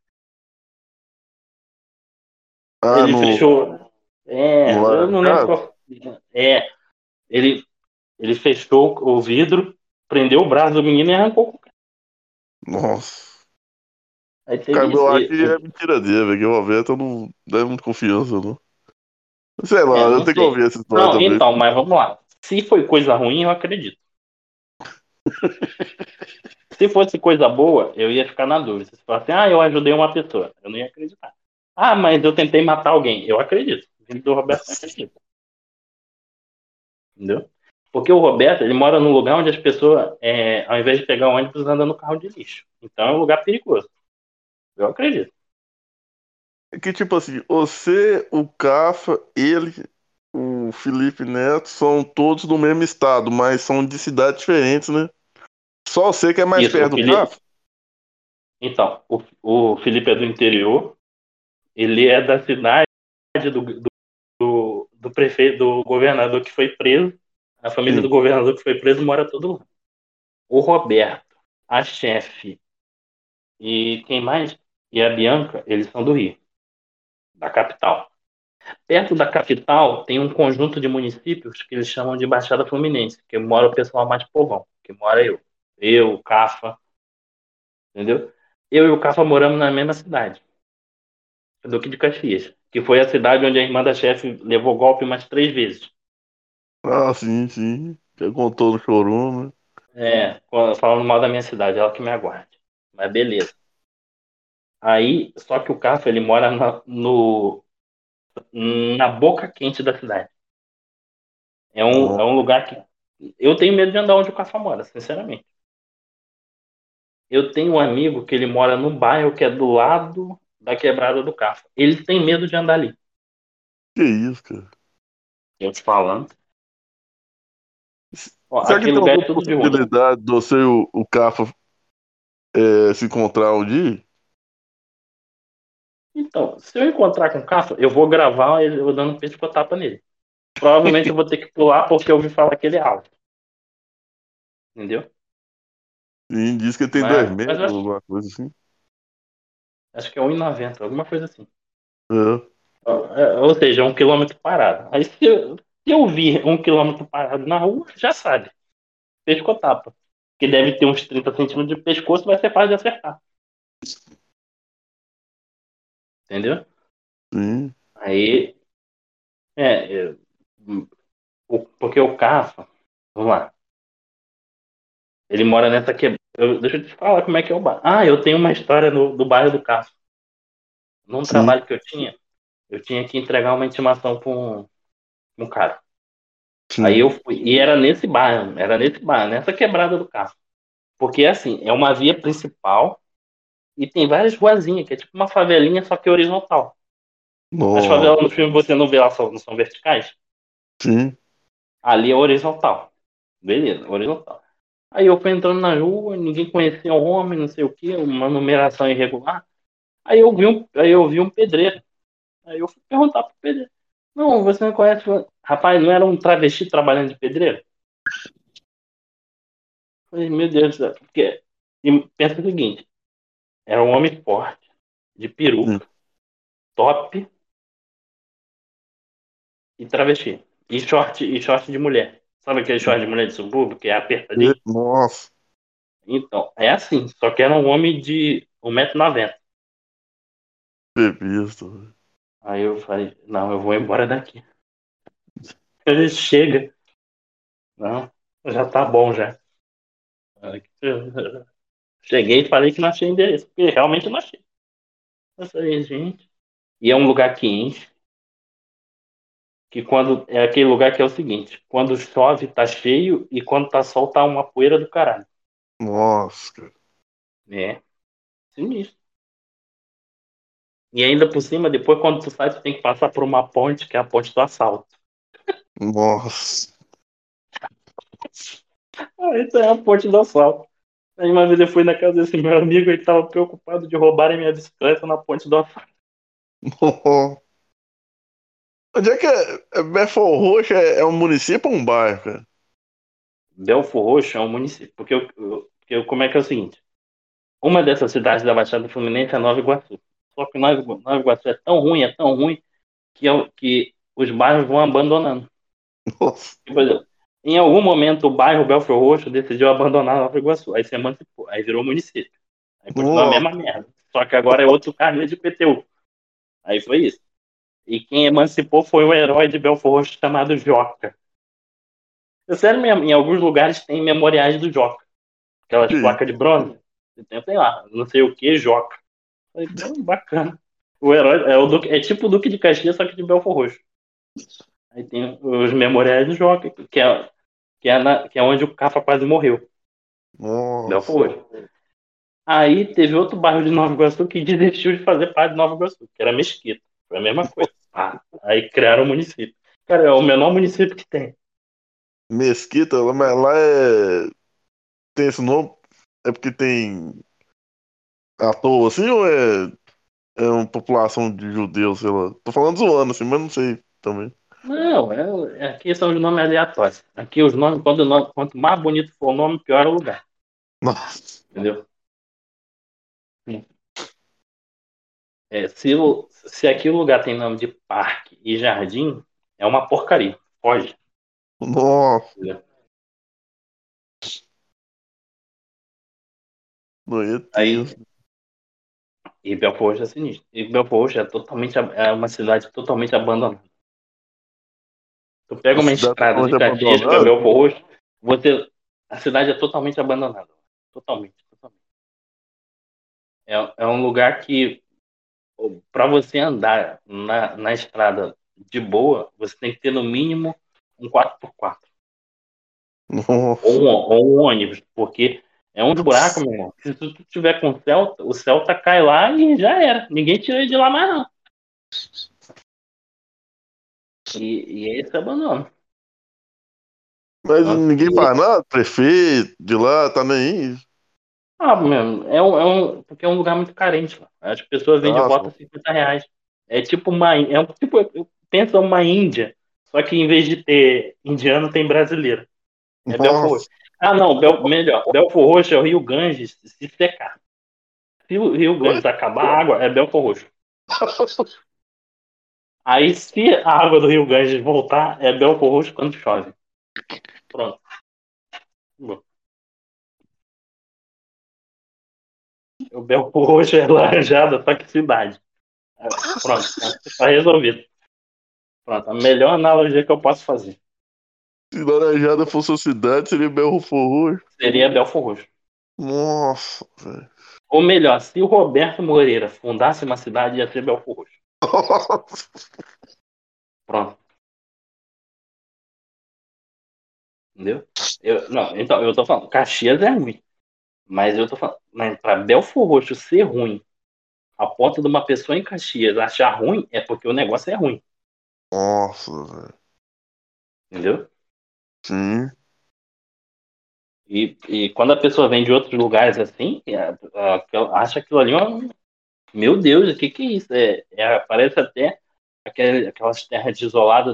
Ah, Ele no, fechou. É, no eu Live não lembro Card? qual. É, ele, ele fechou o vidro, prendeu o braço do menino e arrancou. Nossa. Aí Cara, teve isso. eu acho que é mentira dele, velho. Que o Roberto não dá muita confiança, não. Sei lá, eu Não tenho que sei. ouvir essa história Não, também. então, mas vamos lá. Se foi coisa ruim, eu acredito. Se fosse coisa boa, eu ia ficar na dúvida. Se falasse, eu ajudei uma pessoa, eu não ia acreditar. Ah, mas eu tentei matar alguém. Eu acredito. O filho do Roberto não acredita. Entendeu? Porque o Roberto, ele mora num lugar onde as pessoas, ao invés de pegar o ônibus, andam no carro de lixo. Então é um lugar perigoso. Eu acredito. É que, tipo assim, você, o Cafa, ele, o Felipe Neto são todos do mesmo estado, mas são de cidades diferentes, né? Só você que é mais Isso, o perto do Felipe. Cafa? Então, o Felipe é do interior. Ele é da cidade do prefeito, do governador que foi preso. A família do Sim. governador que foi preso mora todo lá. O Roberto, a chefe e quem mais? E a Bianca, eles são do Rio, da capital. Perto da capital tem um conjunto de municípios que eles chamam de Baixada Fluminense, que mora o pessoal mais povão, que mora eu. Eu, o Cafa, entendeu? Eu e o Cafa moramos na mesma cidade, Duque de Caxias, que foi a cidade onde a irmã da chefe levou golpe umas 3 vezes. Ah, sim, sim. Já contou no showroom, né? Falando mal da minha cidade, ela que me aguarde. Mas beleza. Aí, só que o Cafa, ele mora na boca quente da cidade. É um lugar que eu tenho medo de andar onde o Cafa mora, sinceramente. Eu tenho um amigo que ele mora num bairro que é do lado da quebrada do Cafa. Ele tem medo de andar ali. Que isso, cara? Eu te falando. Ó, Será que aquele tem lugar alguma é tudo de ruim. possibilidade de você e o Cafa se encontrar um dia? Então, se eu encontrar com o Cafa, eu vou gravar ele eu dando um pescotapa nele. Provavelmente eu vou ter que pular porque eu ouvi falar que ele é alto. Entendeu? Sim, diz que ele tem 2 Mas metros, acho, alguma coisa assim. acho que é 1,90, alguma coisa assim. É. Ou seja, 1 quilômetro parado. Aí se eu vir 1 quilômetro parado na rua, já sabe. Pescotapa. Que deve ter uns 30 centímetros de pescoço, vai ser fácil de acertar. Entendeu? Sim. Aí, é, é, porque o Cafa, vamos lá, ele mora nessa quebrada. Deixa eu te falar como é que é o bairro. Eu tenho uma história do bairro do Cafa. Num Sim. trabalho que eu tinha que entregar uma intimação para um cara. Aí Sim. eu fui, e era nesse bairro, nessa quebrada do Cafa. Porque, assim, é uma via principal e tem várias ruazinhas, que é tipo uma favelinha, só que horizontal. As Nossa. favelas no filme você não vê, elas não são verticais. Sim. Ali é horizontal. Beleza, horizontal. Aí eu fui entrando na rua, ninguém conhecia o homem, não sei o quê, uma numeração irregular. Aí eu vi um pedreiro. Aí eu fui perguntar pro pedreiro. Não, você não conhece. Rapaz, não era um travesti trabalhando de pedreiro? Eu falei, meu Deus do céu. E pensa o seguinte: era um homem forte, de Sim. peruca, top e travesti. E short de mulher. Sabe aquele short de mulher de subúrbio, que é apertadinho? Nossa. Então, é assim, só que era um homem de 1,90 m. Bebista. Aí eu falei, não, eu vou embora daqui. Ele chega, não, já tá bom já. Aí, cheguei e falei que não achei endereço, porque realmente não achei. Eu falei, gente. E é um lugar que enche, que quando. É aquele lugar que é o seguinte: quando chove tá cheio e quando tá sol tá uma poeira do caralho. Nossa, cara. É, sinistro. E ainda por cima, depois quando tu sai, tu tem que passar por uma ponte, que é a ponte do assalto. Nossa. Isso é a ponte do assalto. Aí uma vez eu fui na casa desse meu amigo, ele tava preocupado de roubarem minha bicicleta na ponte do asfalto. Onde é que é? Belford Roxo é um município ou um bairro, cara? Belford Roxo é um município. Como é que é o seguinte? Uma dessas cidades da Baixada Fluminense é Nova Iguaçu. Só que Nova Iguaçu é tão ruim que os bairros vão abandonando. Nossa. Por exemplo, em algum momento o bairro Belford Roxo decidiu abandonar Nova Iguaçu. Aí se emancipou, aí virou município. Aí continua a Nossa. mesma merda. Só que agora é outro carnê de PTU. Aí foi isso. E quem emancipou foi um herói de Belford Roxo chamado Joca. Sério mesmo, em alguns lugares tem memoriais do Joca. Aquelas Que placas de bronze. Tem lá, não sei o que, Joca. Falei, pô, bacana. O herói é tipo o Duque de Caxias, só que de Belford Roxo. Aí tem os memoriais do Joca, que é onde o Cafa quase morreu. Nossa. Belford Roxo. Aí teve outro bairro de Nova Iguaçu que desistiu de fazer parte de Nova Iguaçu, que era Mesquita. Foi a mesma coisa. Aí criaram o município. Cara, é o menor município que tem. Mesquita, mas lá tem esse nome? É porque tem à toa assim ou é uma população de judeus, sei lá? Tô falando zoando assim, mas não sei também. Não, aqui são os nomes aleatórios. Aqui os nomes, quanto mais bonito for o nome, pior é o lugar. Nossa. Entendeu? Se aqui o lugar tem nome de parque e jardim, é uma porcaria. Foge. Nossa. Entendeu? Não é Aí, tenso. e Belfort Roxo é sinistro. E Belfort Roxo é uma cidade totalmente abandonada. Tu pega A uma cidade estrada de totalmente Caxias para abandonada? Belfort Roxo, a cidade é totalmente abandonada. Totalmente, totalmente. É um lugar que, para você andar na estrada de boa, você tem que ter no mínimo um 4x4 Nossa. ou um ônibus, porque é um buraco, meu irmão. Se tu tiver com o Celta cai lá e já era. Ninguém tira ele de lá mais, não. E é esse abandono. Mas Tanto ninguém que, faz nada? Prefeito de lá, tá nem aí. mesmo, porque é um lugar muito carente lá. As pessoas vendem Ah, voto a R$ 50. É tipo pensa uma Índia, só que em vez de ter indiano, tem brasileiro. É Belfort Roxo. nossa. Ah, não, melhor. Belfort Roxo é o Rio Ganges se secar. Se o Rio Oi? Ganges acabar a água, é Belfort Roxo. Aí, se a água do Rio Ganges voltar, é Belfort Roxo quando chove. Pronto. Bom, o Belfort Roxo é laranjada, só que cidade. Pronto, tá resolvido. Pronto, a melhor analogia que eu posso fazer Se Laranjada fosse uma cidade, seria Belfort Roxo. seria Belfort Roxo. Nossa, velho. Ou melhor, se o Roberto Moreira fundasse uma cidade, ia ser Belfort Roxo. Pronto, entendeu? Não, então, eu tô falando, Caxias é ruim. Mas eu tô falando, mas pra Belfort Roxo ser ruim, a ponto de uma pessoa em Caxias achar ruim, é porque o negócio é ruim, Nossa, velho. entendeu? Sim. E quando a pessoa vem de outros lugares assim, acha aquilo ali meu Deus, o que é isso? Parece até aquelas terras desoladas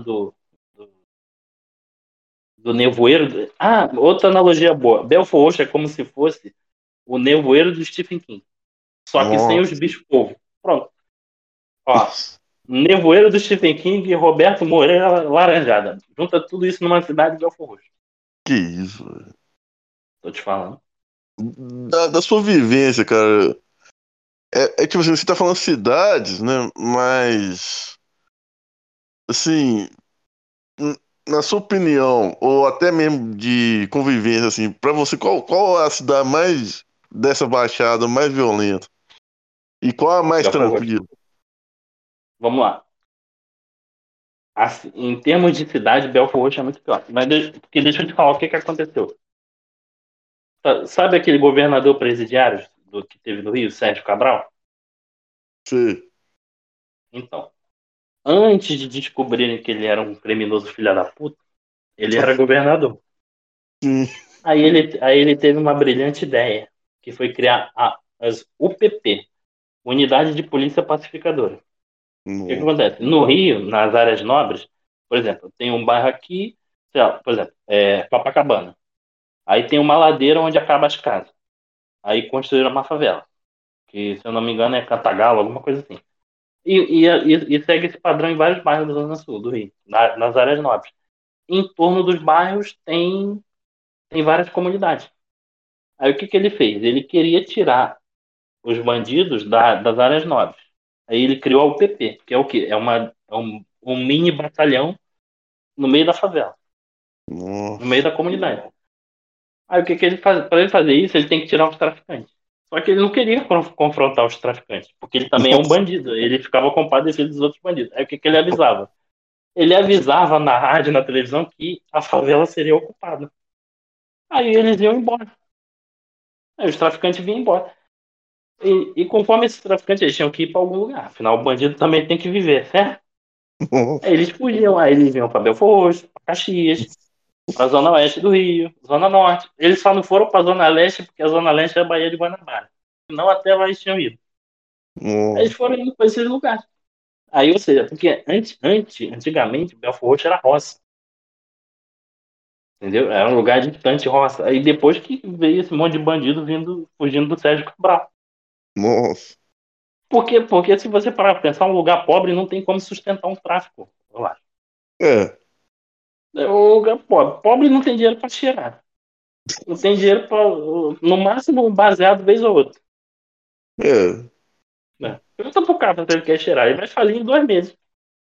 do nevoeiro. Ah, outra analogia boa. Belfort Roxo é como se fosse o nevoeiro do Stephen King, só que sem os Nossa. bichos-polvo. Pronto. Ó, nevoeiro do Stephen King e Roberto Moreira Laranjada. Junta tudo isso numa cidade de Belfort Roxo. Que isso, velho. Tô te falando. Da sua vivência, cara. É tipo assim, você tá falando cidades, né? Mas, assim, n- na sua opinião, ou até mesmo de convivência, assim, pra você, qual é a cidade mais dessa baixada, mais violenta? E qual é a mais Belfort Roxo. tranquila? Vamos lá. Assim, em termos de cidade, Belfort Roxo é muito pior. Porque deixa eu te falar o que aconteceu. Sabe aquele governador presidiário que teve no Rio, Sérgio Cabral? Você, Então, antes de descobrirem que ele era um criminoso filho da puta, ele era governador. sim. Aí ele teve uma brilhante ideia. que foi criar as UPP, Unidade de Polícia Pacificadora. O que Nossa. acontece? No Rio, nas áreas nobres, por exemplo, tem um bairro aqui, sei lá, por exemplo, Copacabana. Aí tem uma ladeira onde acaba as casas. Aí construíram uma favela, que se eu não me engano é Cantagalo, alguma coisa assim. E segue esse padrão em vários bairros da Zona Sul do Rio, nas áreas nobres. Em torno dos bairros tem várias comunidades. Aí o que que ele fez? Ele queria tirar os bandidos das áreas nobres. Aí ele criou a UPP, que é o quê? É um mini batalhão no meio da favela, no meio Nossa. da comunidade. Aí o que que ele faz? Para ele fazer isso, ele tem que tirar os traficantes. Só que ele não queria confrontar os traficantes, porque ele também é um Nossa. bandido. Ele ficava compadecido dos outros bandidos. Aí o que que ele avisava? Ele avisava na rádio, na televisão, que a favela seria ocupada. Aí eles iam embora. Aí os traficantes vinham embora. E conforme esses traficantes, eles tinham que ir para algum lugar. Afinal, o bandido também tem que viver, certo? Aí eles fugiam. Aí eles vinham para Belford Roxo, para Caxias, para a Zona Oeste do Rio, Zona Norte. Eles só não foram para a Zona Leste porque a Zona Leste é a Baía de Guanabara. Não até lá eles tinham ido. Aí eles Nossa. foram indo para esses lugares. Aí, ou seja, porque antigamente, Belford Roxo era roça. Entendeu? Era um lugar distante, roça. Aí depois que veio esse monte de bandido fugindo do Sérgio Cabral. Nossa. Por quê? Porque se você parar pra pensar, um lugar pobre não tem como sustentar um tráfico. Eu acho. É. É um lugar pobre. Pobre não tem dinheiro pra cheirar. Não tem dinheiro pra. No máximo, um baseado vez ou outra. É. Né? Pergunta pro cara se ele quer cheirar. Ele vai falir em 2 meses.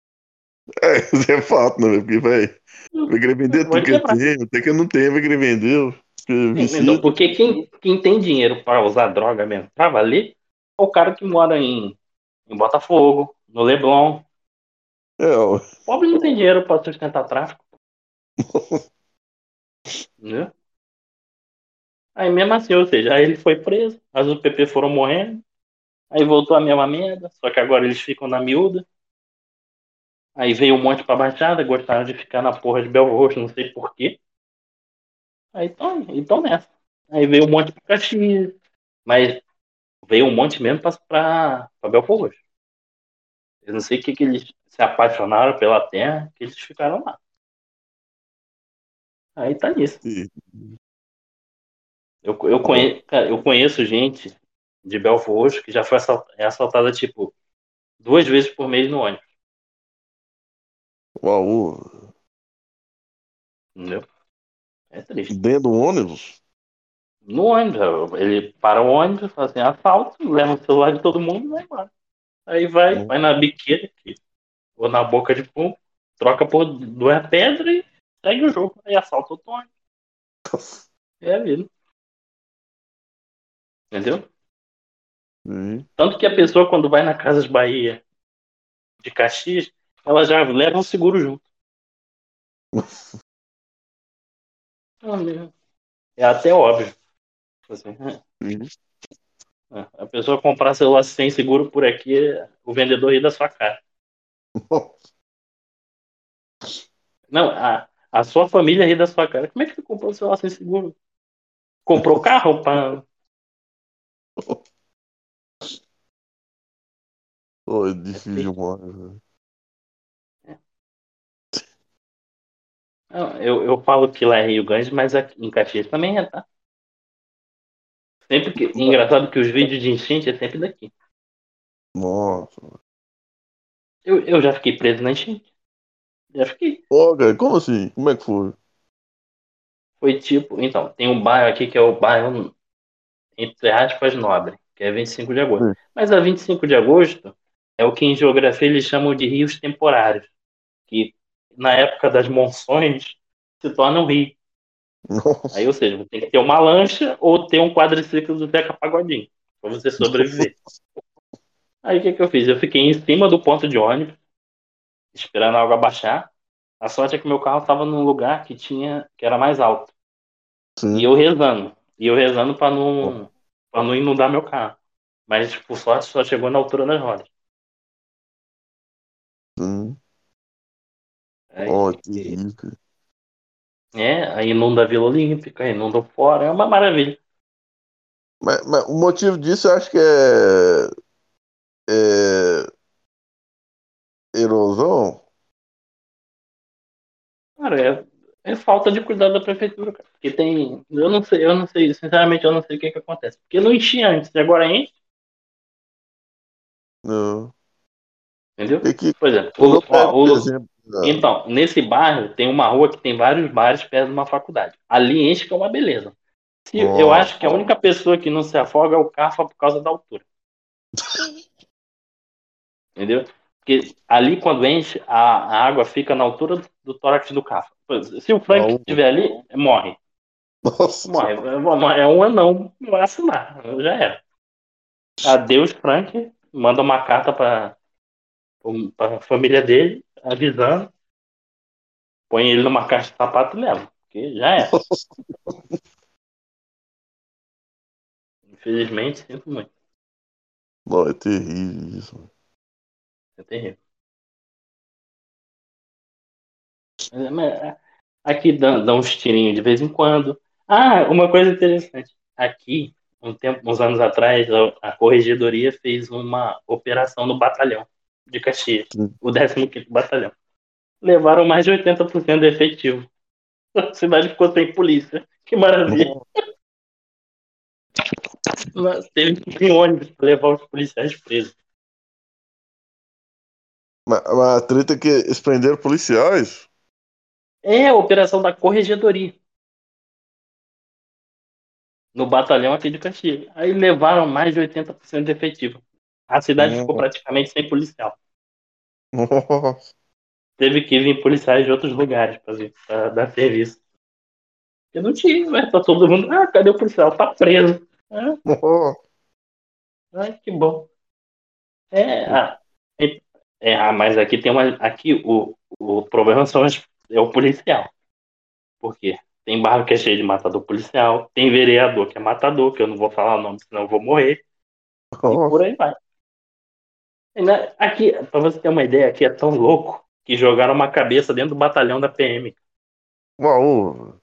Isso é fato, né? Porque vai querer vender tudo Pode que ele quebrar. tem, até que ele não tem, vai querer vender. Porque Sim, então, vicia. porque quem tem dinheiro pra usar droga mesmo, pra valer, é o cara que mora em Botafogo, no Leblon. É, ó. Pobre não tem dinheiro pra sustentar tráfico. Né? Aí mesmo assim, ou seja, aí ele foi preso, as UPP foram morrendo, aí voltou a mesma merda, só que agora eles ficam na miúda. Aí veio um monte pra Baixada, gostaram de ficar na porra de Belo Roxo, não sei por quê. Aí então nessa. Aí veio um monte pra Caxias, mas veio um monte mesmo pra Belford Roxo. Eu não sei o que eles se apaixonaram pela terra, que eles ficaram lá. Aí tá nisso. E- ó, Cara, eu conheço gente de Belford Roxo que já foi assaltada, tipo, 2 vezes por mês no ônibus. Uau, Entendeu? É triste. dentro do ônibus? No ônibus, ele para o ônibus, fala assim, assalto, leva o celular de todo mundo e vai embora. Aí vai Não. na biqueira ou na boca de fumo, troca por 2 pedras e segue o jogo. Aí assalta o ônibus. É a vida. Entendeu? Sim. Tanto que a pessoa, quando vai na Casas Bahia de Caxias, ela já leva um seguro junto. É até óbvio. Assim, Sim. a pessoa comprar celular sem seguro por aqui, o vendedor ri da sua cara. Não, a sua família ri da sua cara. Como é que você comprou o celular sem seguro? Comprou carro pra. Pô, é É difícil triste. demais, velho. Não, eu falo que lá é Rio Grande, mas aqui em Caxias também é, tá? Sempre que. Engraçado que os vídeos de enchente é sempre daqui. Nossa. Eu já fiquei preso na enchente. Já fiquei. Ó, cara, como assim? Como é que foi? Foi tipo. Então, tem um bairro aqui que é o bairro, entre aspas, nobre, que é 25 de agosto. Sim. Mas a 25 de agosto é o que em geografia eles chamam de rios temporários, que na época das monções se tornam rios. Aí, Nossa. ou seja, você tem que ter uma lancha ou ter um quadriciclo do Zeca Pagodinho para você sobreviver. Aí o que que eu fiz? Eu fiquei em cima do ponto de ônibus, esperando a água baixar. A sorte é que meu carro estava num lugar que era mais alto. E Sim. eu rezando. E eu rezando para não inundar meu carro. Mas, por sorte, só chegou na altura das rodas. Sim. Ó, Aí, que rico. aí inunda a Vila Olímpica, inunda o Fórum, é uma maravilha. Mas o motivo disso eu acho que é erosão. Cara, é falta de cuidado da prefeitura, cara. Porque tem. Eu não sei, sinceramente, eu não sei o que que acontece. Porque não enchia antes, e agora enche, Não. entendeu? É que, Por exemplo, quando eu pego, por exemplo, então, nesse bairro tem uma rua que tem vários bares perto de uma faculdade. Ali enche que é uma beleza. Eu acho nossa, que a única pessoa que não se afoga é o Cafa por causa da altura, entendeu? Porque ali, quando enche, a água fica na altura do tórax do Cafa. Se o Frank Raul, estiver ali, morre. nossa, Morre. É um anão vacinar. Já era. Adeus, Frank. Manda uma carta para a família dele, avisando. Põe ele numa caixa de sapato e leva. Porque já era. Infelizmente, sinto muito. não, é terrível isso. É terrível. Mas, aqui dá uns tirinhos de vez em quando. Ah, uma coisa interessante. Aqui, uns anos atrás, a corregedoria fez uma operação no batalhão de Caxias, o 15º Batalhão. Levaram mais de 80% do efetivo. A cidade ficou sem polícia. Que maravilha. Mas teve que ir em ônibus para levar os policiais presos. Mas a treta é que eles prenderam policiais. É a operação da corregedoria no batalhão aqui de Caxias. Aí levaram mais de 80% do efetivo. A cidade ficou Nossa, praticamente sem policial. nossa, Teve que vir policiais de outros lugares para dar serviço. Porque não tinha, né? Tá todo mundo. Ah, cadê o policial? Tá preso. Ah, nossa. ai, que bom. É, mas aqui tem uma. Aqui o problema é o policial. Por quê? Tem bairro que é cheio de matador policial, tem vereador que é matador, que eu não vou falar o nome, senão eu vou morrer, e por Nossa. aí vai. Aqui, pra você ter uma ideia, aqui é tão louco que jogaram uma cabeça dentro do batalhão da PM. Uau,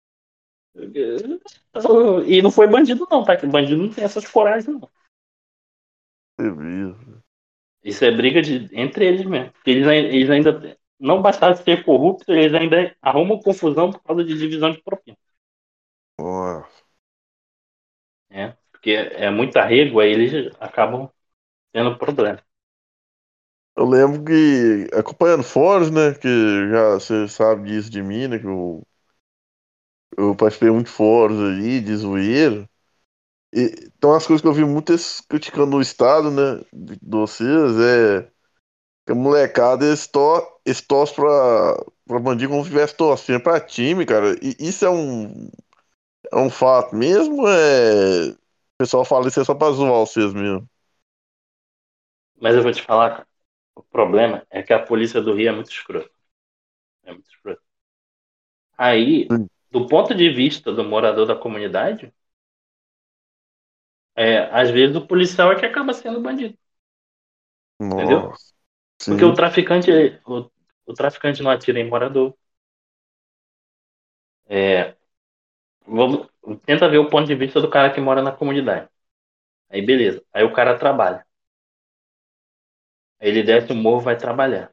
E não foi bandido, não, tá? Que bandido não tem essas coragens, não. terrível. Isso é briga entre eles mesmo. Eles ainda. Não bastasse ser corruptos, eles ainda arrumam confusão por causa de divisão de propina. Nossa. Né? Porque é muito arrego, aí eles acabam tendo problema. Eu lembro que, acompanhando Foz, né, que já você sabe disso de mim, né, que eu participei muito de Foz aí, de zoeiro. Então as coisas que eu vi muitas criticando o Estado, né, de vocês, que a molecada, eles torcem pra bandido como se estivesse torcendo pra time, cara. E isso é um fato mesmo? O pessoal fala isso é só pra zoar vocês mesmo. Mas eu vou te falar, cara, o problema é que a polícia do Rio é muito escrota. É muito escrota. Aí, Sim. do ponto de vista do morador da comunidade, às vezes o policial é que acaba sendo bandido, entendeu? Nossa, Porque sim. o traficante não atira em morador. É, vamos, tenta ver o ponto de vista do cara que mora na comunidade. Aí beleza. Aí o cara trabalha. Aí ele desce o morro, vai trabalhar.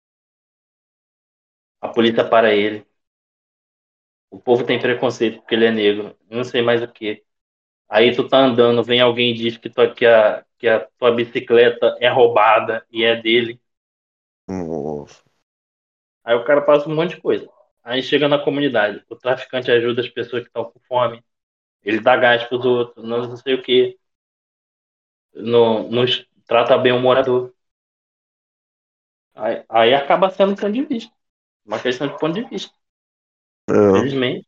A polícia para ele. O povo tem preconceito porque ele é negro. Eu não sei mais o que. Aí tu tá andando, vem alguém e diz que a tua bicicleta é roubada e é dele. Nossa. Aí o cara passa um monte de coisa. Aí chega na comunidade. O traficante ajuda as pessoas que estão com fome. Ele dá gás pros outros, não sei o que. Não trata bem o morador. Aí acaba sendo ponto de vista. Uma questão de ponto de vista. É, Infelizmente,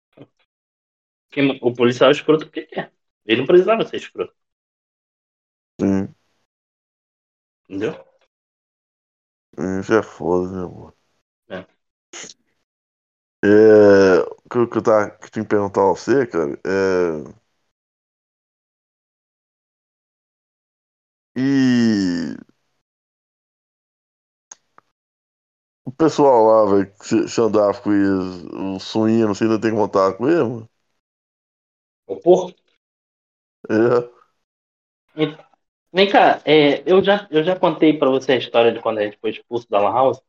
o policial é escroto porque quer. Ele não precisava ser escroto, sim. entendeu? Isso é foda, né, mano? É. Que eu tenho que perguntar a você, cara, e o pessoal lá, velho, que você andava com eles, o suíno, você ainda tem contato com ele, mano? O porco? É. E- Vem cá, eu já contei pra você a história de quando a gente foi expulso da Lan House.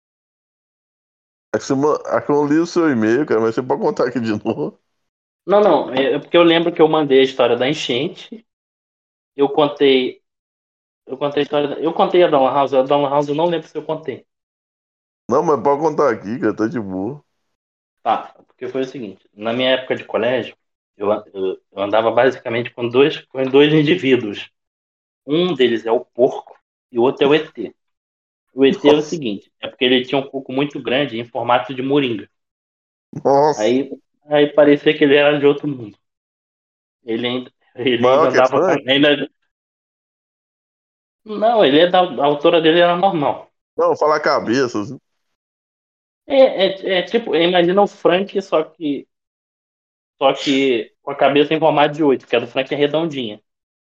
É que eu não li o seu e-mail, cara, mas você pode contar aqui de novo. Não, não, é porque eu lembro que eu mandei a história da enchente. Eu contei, eu contei a história, eu contei a da Lan House eu não lembro se eu contei. Não, mas pode contar aqui, cara, tá de boa. Tá, porque foi o seguinte, na minha época de colégio, eu andava basicamente com dois indivíduos. Um deles é o porco e o outro é o ET. O ET é o Nossa, seguinte, é porque ele tinha um cuco muito grande em formato de moringa. nossa. Aí, aí parecia que ele era de outro mundo. Ele ainda Maior que andava com. Frank? Não, a altura dele era normal. Não, fala a cabeça, assim. É tipo, imagina o Frank, só que com a cabeça em formato de 8, que a do Frank é redondinha.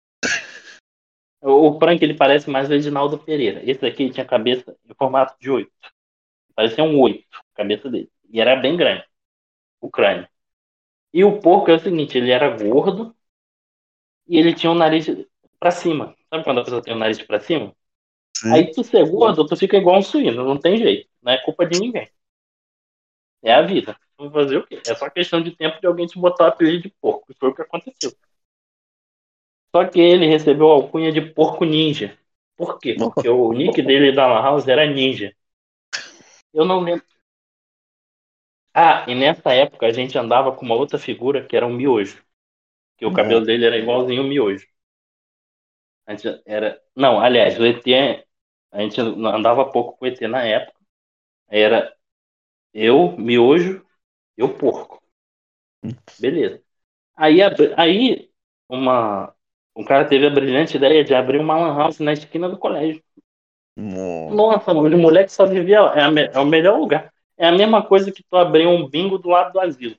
O Frank ele parece mais o Reginaldo Pereira. Esse aqui tinha cabeça em formato de 8. Parecia um 8, a cabeça dele. E era bem grande, o crânio. E o porco é o seguinte, ele era gordo e ele tinha o nariz pra cima. Sabe quando a pessoa tem o nariz pra cima? Sim. Aí tu ser gordo, tu fica igual um suíno, não tem jeito. Não é culpa de ninguém. É a vida. Vamos fazer o quê? É só questão de tempo de alguém te botar o apelido de porco. E foi o que aconteceu. Só que ele recebeu a alcunha de porco ninja. Por quê? Porque o nick dele da Lan House era ninja. Eu não lembro. Ah, e nessa época a gente andava com uma outra figura que era um miojo. Que o cabelo Nossa. dele era igualzinho o miojo. A gente era. Não, aliás, o ET. A gente andava pouco com o ET na época. Era eu, miojo e o porco. Beleza. Aí uma, um cara teve a brilhante ideia de abrir uma lan house na esquina do colégio. Nossa. Nossa, mano, os moleques só viviam. É o melhor lugar. É a mesma coisa que tu abrir um bingo do lado do asilo.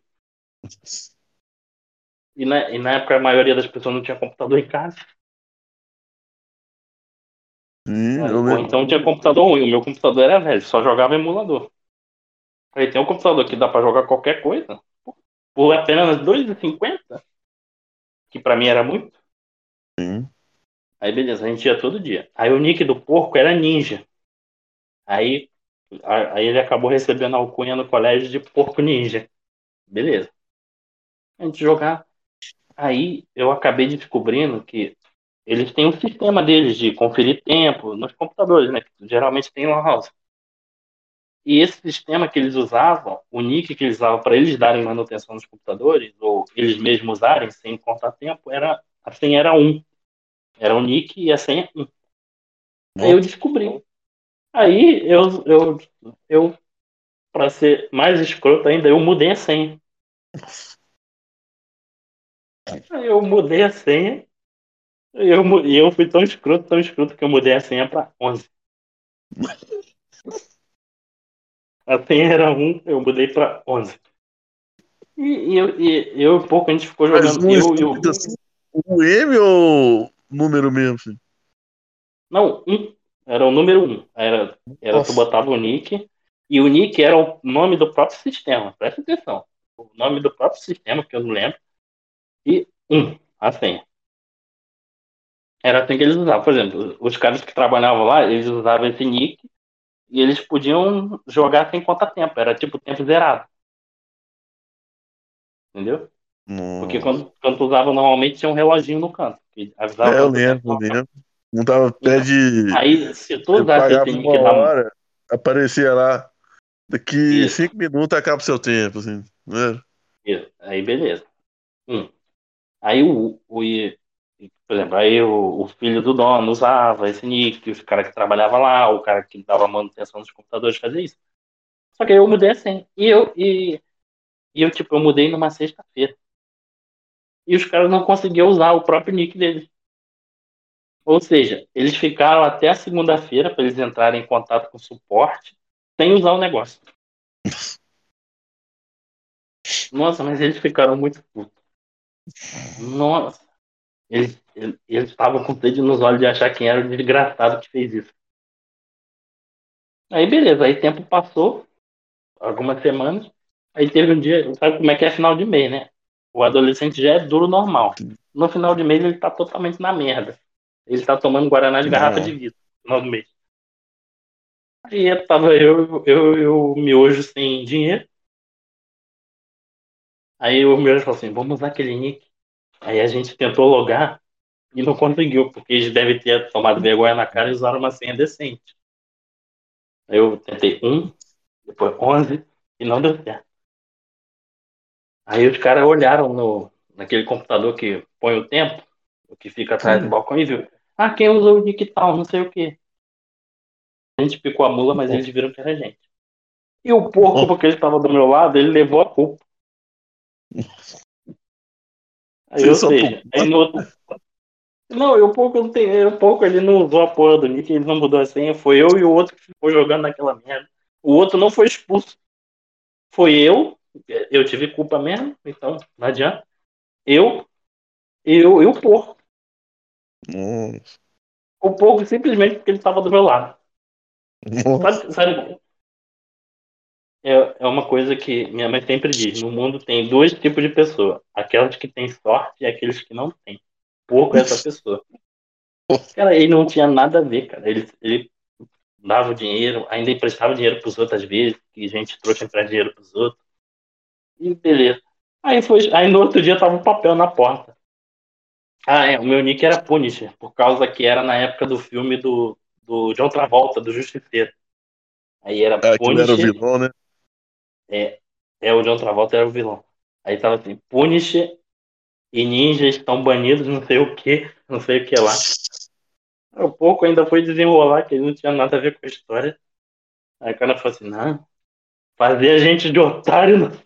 E na época a maioria das pessoas não tinha computador em casa. Sim, eu Ou lembro. então tinha computador ruim. O meu computador era velho, só jogava emulador. Aí tem um computador que dá pra jogar qualquer coisa por apenas R$ 2,50, que pra mim era muito. Sim. Aí beleza, a gente ia todo dia. Aí o nick do porco era Ninja. Aí, aí ele acabou recebendo a alcunha no colégio de Porco Ninja. Beleza. A gente jogar. Aí eu acabei descobrindo que eles têm um sistema deles de conferir tempo nos computadores, né? Que geralmente tem lan house. E esse sistema que eles usavam, o nick que eles usavam para eles darem manutenção nos computadores, ou eles mesmos usarem sem contar tempo, a senha era um. Era o nick e a senha um. Aí eu Nossa. descobri. Aí eu para ser mais escroto ainda, eu mudei a senha. Aí eu mudei a senha. E eu fui tão escroto que eu mudei a senha para 11. A senha era um, eu mudei para 11. E eu e pouco a gente ficou Mas jogando. um Eu e escrito o. assim, o M ou número mesmo, assim? Não, um. Era o número um. Era tu Nossa. botava o nick. E o nick era o nome do próprio sistema. Presta atenção. O nome do próprio sistema, que eu não lembro. E um, a senha. Era assim que eles usavam. Por exemplo, os caras que trabalhavam lá, eles usavam esse nick e eles podiam jogar sem contar tempo. Era tipo tempo zerado. Entendeu? Porque Nossa. quando tu usava normalmente tinha um reloginho no canto, que avisava É, eu quando o tempo lembro, eu tava. lembro. Não tava Então, pede. aí se tu Eu usasse esse pagava uma nick da. hora, aparecia lá. Daqui Isso, 5 minutos acaba o seu tempo, assim. Né? isso. Aí beleza. Um. Aí por exemplo, aí o filho do dono usava esse nick, os caras que trabalhavam lá, o cara que dava manutenção dos computadores fazia isso. Só que aí eu mudei assim. E eu, tipo, eu mudei numa sexta-feira. E os caras não conseguiam usar o próprio nick deles. Ou seja, eles ficaram até a segunda-feira para eles entrarem em contato com o suporte sem usar o negócio. Nossa, mas eles ficaram muito putos. Nossa, eles estavam com sede nos olhos de achar quem era o desgraçado que fez isso. Aí beleza, aí tempo passou, algumas semanas. Aí teve um dia, sabe como é que é final de mês, né? O adolescente já é duro normal. No final de mês ele tá totalmente na merda. Ele tá tomando Guaraná de garrafa de Não. vidro no final do mês. Aí tava eu e o Miojo sem dinheiro. Aí o Miojo falou assim, vamos usar aquele nick. Aí a gente tentou logar e não conseguiu, porque eles devem ter tomado vergonha na cara e usaram uma senha decente. Aí eu tentei depois 11 e não deu certo. Aí os caras olharam naquele computador que põe o tempo, o que fica atrás do balcão e viu. Ah, quem usou o nick tal, não sei o quê. A gente picou a mula, mas eles viram que era a gente. E o porco, porque ele estava do meu lado, ele levou a culpa. Aí, Vocês ou só seja, aí no outro. Não, o porco não tem. O porco ele não usou a porra do nick, ele não mudou a senha. Foi eu e o outro que ficou jogando naquela merda. O outro não foi expulso. Foi eu. Eu tive culpa mesmo, então não adianta. Eu e o porco. Nossa. O porco simplesmente porque ele estava do meu lado. Nossa. Sabe, é uma coisa que minha mãe sempre diz: no mundo tem dois tipos de pessoa, aquelas que têm sorte e aqueles que não têm. Porco é essa pessoa. Cara, ele não tinha nada a ver, cara. Ele dava o dinheiro, ainda emprestava dinheiro pros outros às vezes, que gente trouxa empresta dinheiro pros outros. E beleza. Aí no outro dia tava um papel na porta. Ah, o meu nick era Punisher, por causa que era na época do filme do John Travolta, do Justiceiro. Aí era Aquilo era o Punisher, vilão, né? é, o John Travolta era o vilão. Aí tava assim, Punisher e ninjas estão banidos, não sei o que, não sei o que lá. O pouco ainda foi desenrolar, que ele não tinha nada a ver com a história. Aí o cara falou assim, não, fazer a gente de otário, não.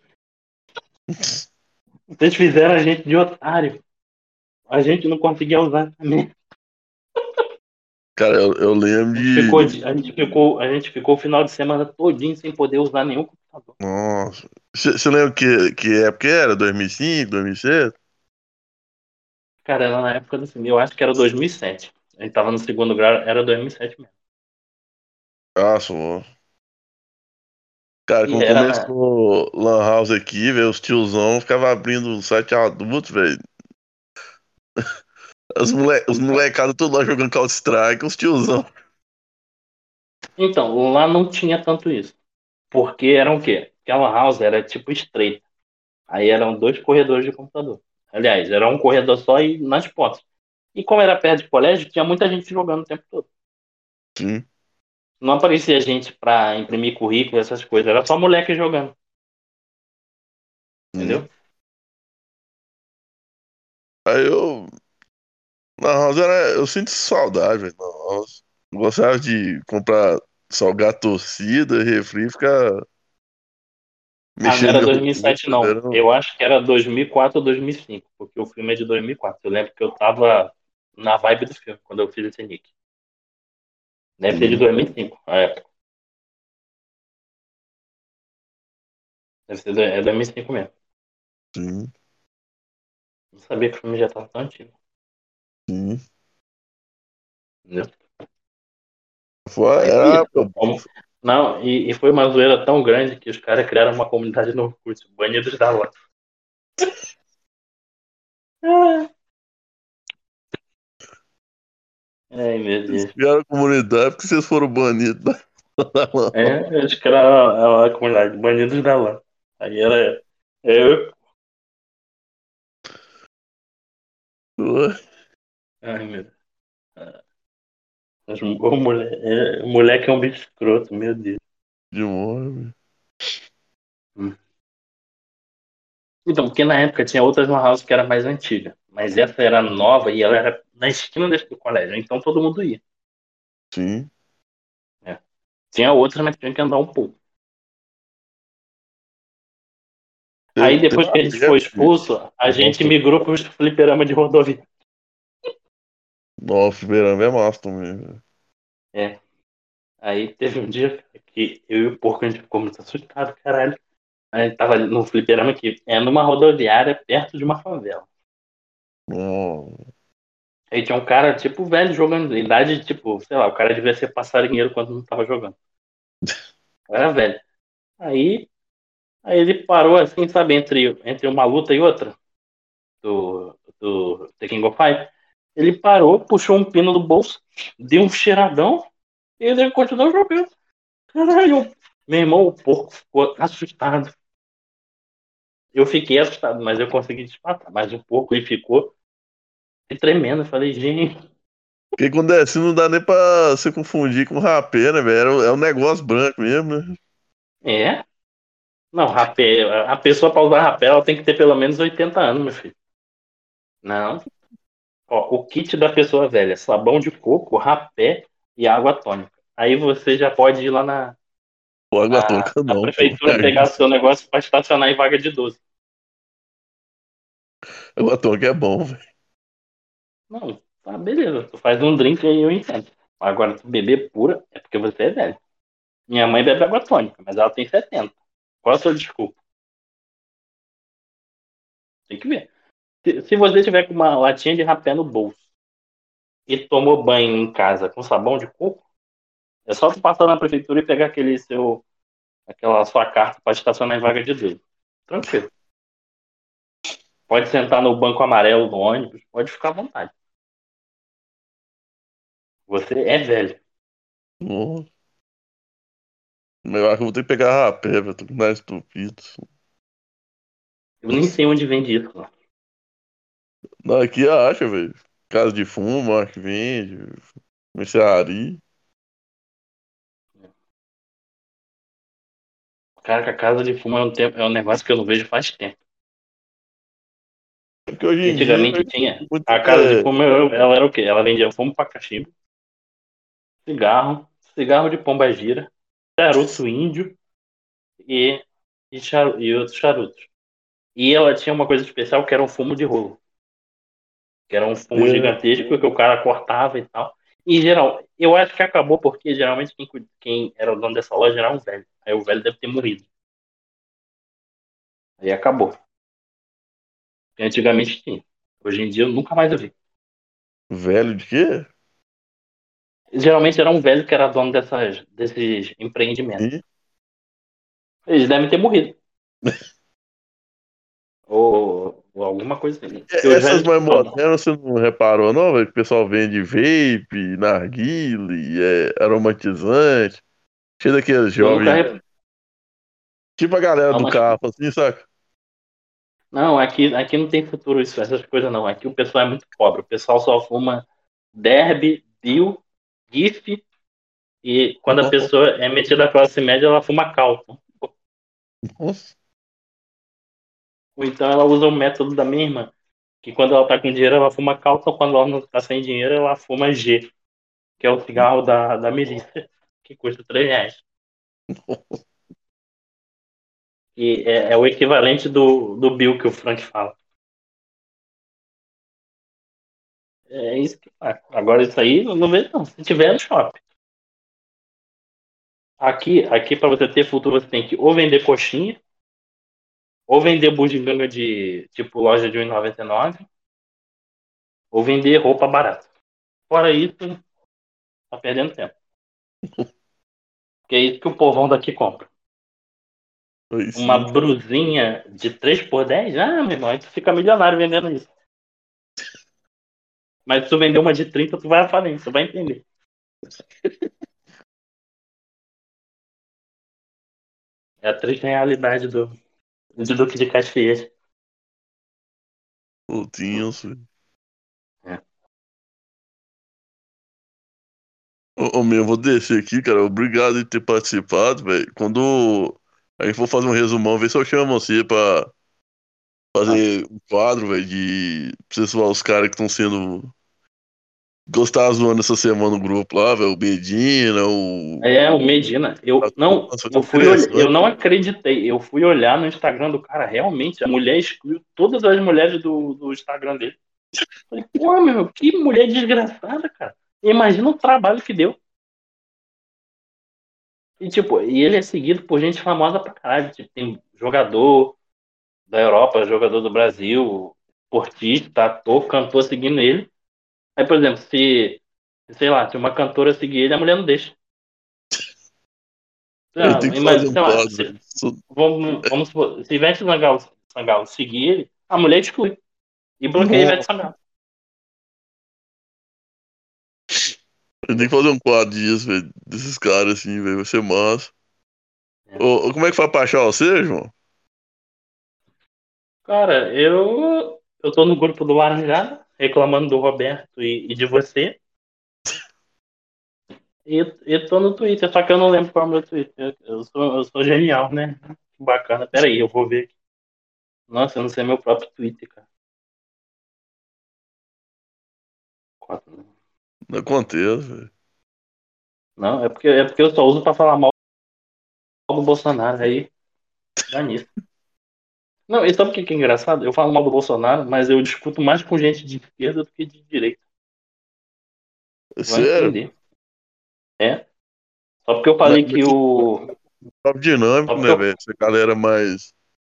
Vocês fizeram a gente de otário. A gente não conseguia usar também. Cara, eu lembro de. A gente ficou o final de semana todinho sem poder usar nenhum computador. Nossa. Você lembra que época era? 2005, 2006? Cara, era na época do filme, eu acho que era 2007. A gente tava no segundo grau, era 2007 mesmo. Nossa, mano. Cara, E quando era. começou Lan House aqui, velho, os tiozão ficavam abrindo o site adulto, velho. Os molecados tudo lá jogando Counter-Strike, os tiozão. Então, lá não tinha tanto isso. Porque eram o quê? Aquela house era tipo estreita. Aí eram dois corredores de computador. Aliás, era um corredor só e nas portas. E como era perto de colégio, tinha muita gente jogando o tempo todo. Sim, Não aparecia gente pra imprimir currículo, essas coisas. Era só moleque jogando. sim. Entendeu? Aí eu. Na House era. Eu sinto saudade, velho. Na House. Gostava de comprar salgar torcida, refri, ficar Ah, não mexendo era meu 2007, rosto, não. era um- Eu acho que era 2004 ou 2005, porque o filme é de 2004. Eu lembro que eu tava na vibe do filme quando eu fiz esse nick. Deve ser de Sim, 2005, a época. Deve ser 2005 mesmo. sim, Não sabia que o filme já tava tão antigo. sim. Entendeu? Foi, Aí foi era isso. Não, e foi uma zoeira tão grande que os caras criaram uma comunidade no Orkut, Banidos da Lã. Ah, ai, meu Eles Deus. criaram a comunidade porque vocês foram banidos da Lan House. Eles criaram a comunidade Banidos da Lã. Aí era eu. Ai, meu Deus. O moleque é um bicho escroto, meu Deus. Demônio. Hum. Então, porque na época tinha outras lan house que era mais antiga. Mas essa era nova e ela era na esquina do colégio. Então todo mundo ia. Sim. Né? Tinha outras, mas tinha que andar um pouco. Aí Tem depois uma que a gente foi época. expulso, a gente Nossa, migrou para os fliperama de rodovia. nossa, Fliperama é massa também, velho. É. Aí teve um dia que eu e o porco a gente ficou muito assustado, caralho. A gente tava no fliperama aqui, numa rodoviária perto de uma favela. Nossa. Aí tinha um cara, tipo, velho jogando, idade, tipo, sei lá, o cara devia ser passarinheiro quando não tava jogando. Era velho. Aí, aí ele parou assim, sabe, entre uma luta e outra. do The King of Fighters. Ele parou, puxou um pino do bolso, deu um cheiradão e ele continuou jogando. Caralho, meu irmão, o porco ficou assustado. Eu fiquei assustado, mas eu consegui despatar. Mas o porco ele ficou tremendo. Eu falei, gente, Porque acontece, não dá nem pra se confundir com rapé, né, velho? É um negócio branco mesmo, né? é? Não, rapé, a pessoa para usar rapé, ela tem que ter pelo menos 80 anos, meu filho. Não. Ó, o kit da pessoa velha, sabão de coco, rapé e água tônica. Aí você já pode ir lá Pô, água tônica na não, pô. prefeitura pegar seu negócio para estacionar em vaga de 12. Água tônica é bom, velho. Não, tá, beleza. Tu faz um drink aí, eu entendo. Agora, tu beber pura é porque você é velho. Minha mãe bebe água tônica, mas ela tem 70. Qual a sua desculpa? Tem que ver. Se você tiver com uma latinha de rapé no bolso e tomou banho em casa com sabão de coco, é só tu passar na prefeitura e pegar aquela sua carta para estacionar em vaga de dedo. Tranquilo. Pode sentar no banco amarelo do ônibus, pode ficar à vontade. Você é velho. Nossa. Eu acho que eu vou ter que pegar rapé, velho. Tô mais estupido. Eu nem sei onde vende isso. Ó. Não, aqui acha, velho. Casa de fumo, acho que vende. Mercearia. Cara, que a casa de fumo é um negócio que eu não vejo faz tempo. Porque hoje Que em dia, antigamente velho, tinha. muito A casa de fumo, ela era o quê? Ela vendia fumo pra cachimbo, cigarro de pomba-gira, charuto índio e outros charutos. E ela tinha uma coisa especial que era um fumo de rolo. Que era um fumo gigantesco que o cara cortava e tal. E em geral, eu acho que acabou porque geralmente quem era o dono dessa loja era um velho. Aí o velho deve ter morrido. Aí acabou. Porque antigamente tinha. Hoje em dia eu nunca mais vi. velho de quê? Geralmente era um velho que era dono desses empreendimentos. Ih, Eles devem ter morrido. Ou alguma coisa assim. Porque os essas velhos. mais modernas, você não reparou, não, velho? Que o pessoal vende vape, narguile, aromatizante. Cheio daqueles Eu nunca. jovens. Tipo a galera Não, do mas carro, assim, saca? não, aqui não tem futuro isso, essas coisas não. Aqui o pessoal é muito pobre. O pessoal só fuma derby, Bill, GIF e quando a pessoa é metida à classe média, ela fuma Calton. Nossa. Ou então ela usa o método da minha irmã, que quando ela tá com dinheiro, ela fuma Calton, quando ela não tá sem dinheiro, ela fuma G, que é o cigarro da milícia, que custa R$ 3. E é o equivalente do Bill que o Frank fala. É isso que faz. Agora isso aí eu não vejo não. Se tiver no shopping. Aqui para você ter futuro, você tem que ou vender coxinha, ou vender bugiganga de tipo loja de R$ 1,99, ou vender roupa barata. Fora isso, tá perdendo tempo. Porque é isso que o povão daqui compra. Aí Uma sim. brusinha de 3 por 10? Ah, meu irmão, aí tu fica milionário vendendo isso. Mas se tu vender uma de 30, tu vai à falência, tu vai entender. É a triste realidade do Duque de Caxias. Putinhos. É. Ô, meu, eu vou descer aqui, cara. Obrigado por ter participado, velho. Quando a gente for fazer um resumão, vê se eu chamo você pra fazer um quadro, velho, de pra você zoar os caras que estão sendo. Gostar zoando essa semana no grupo lá, velho. O Medina, o. É, o Medina. Nossa, foi interessante. Eu não acreditei. Eu fui olhar no Instagram do cara, realmente, a mulher excluiu todas as mulheres do Instagram dele. Falei, pô, meu, que mulher desgraçada, cara. Imagina o trabalho que deu. E, tipo, e ele é seguido por gente famosa pra caralho. Tipo, tem jogador da Europa, jogador do Brasil, esportista, ator, cantor seguindo ele. Aí, por exemplo, sei lá, se uma cantora seguir ele, a mulher não deixa. A gente tem que fazer Imagina, um sei lá, quadro, velho. vamos supor, se Ivete Sangalo seguir ele, a mulher exclui. E bloqueei Ivete Sangalo. Eu tenho que fazer um quadro disso, velho. Desses caras assim, velho. Vai ser massa. É. Como é que faz pra achar você, João? Cara, eu tô no grupo do Laranjada, reclamando do Roberto e de você. E tô no Twitter, só que eu não lembro qual é o meu Twitter. Eu sou genial, né? Que bacana. Pera aí, eu vou ver aqui. Nossa, eu não sei meu próprio Twitter, cara. Não acontece, velho. Não, é porque eu só uso pra falar mal do Bolsonaro. Aí dá nisso. Não, e sabe o que é engraçado? Eu falo mal do Bolsonaro, mas eu discuto mais com gente de esquerda do que de direita. É Vai sério? entender. É. Só porque eu Mas, falei que o. papo Só dinâmico, porque né, eu, velho? Essa galera mais.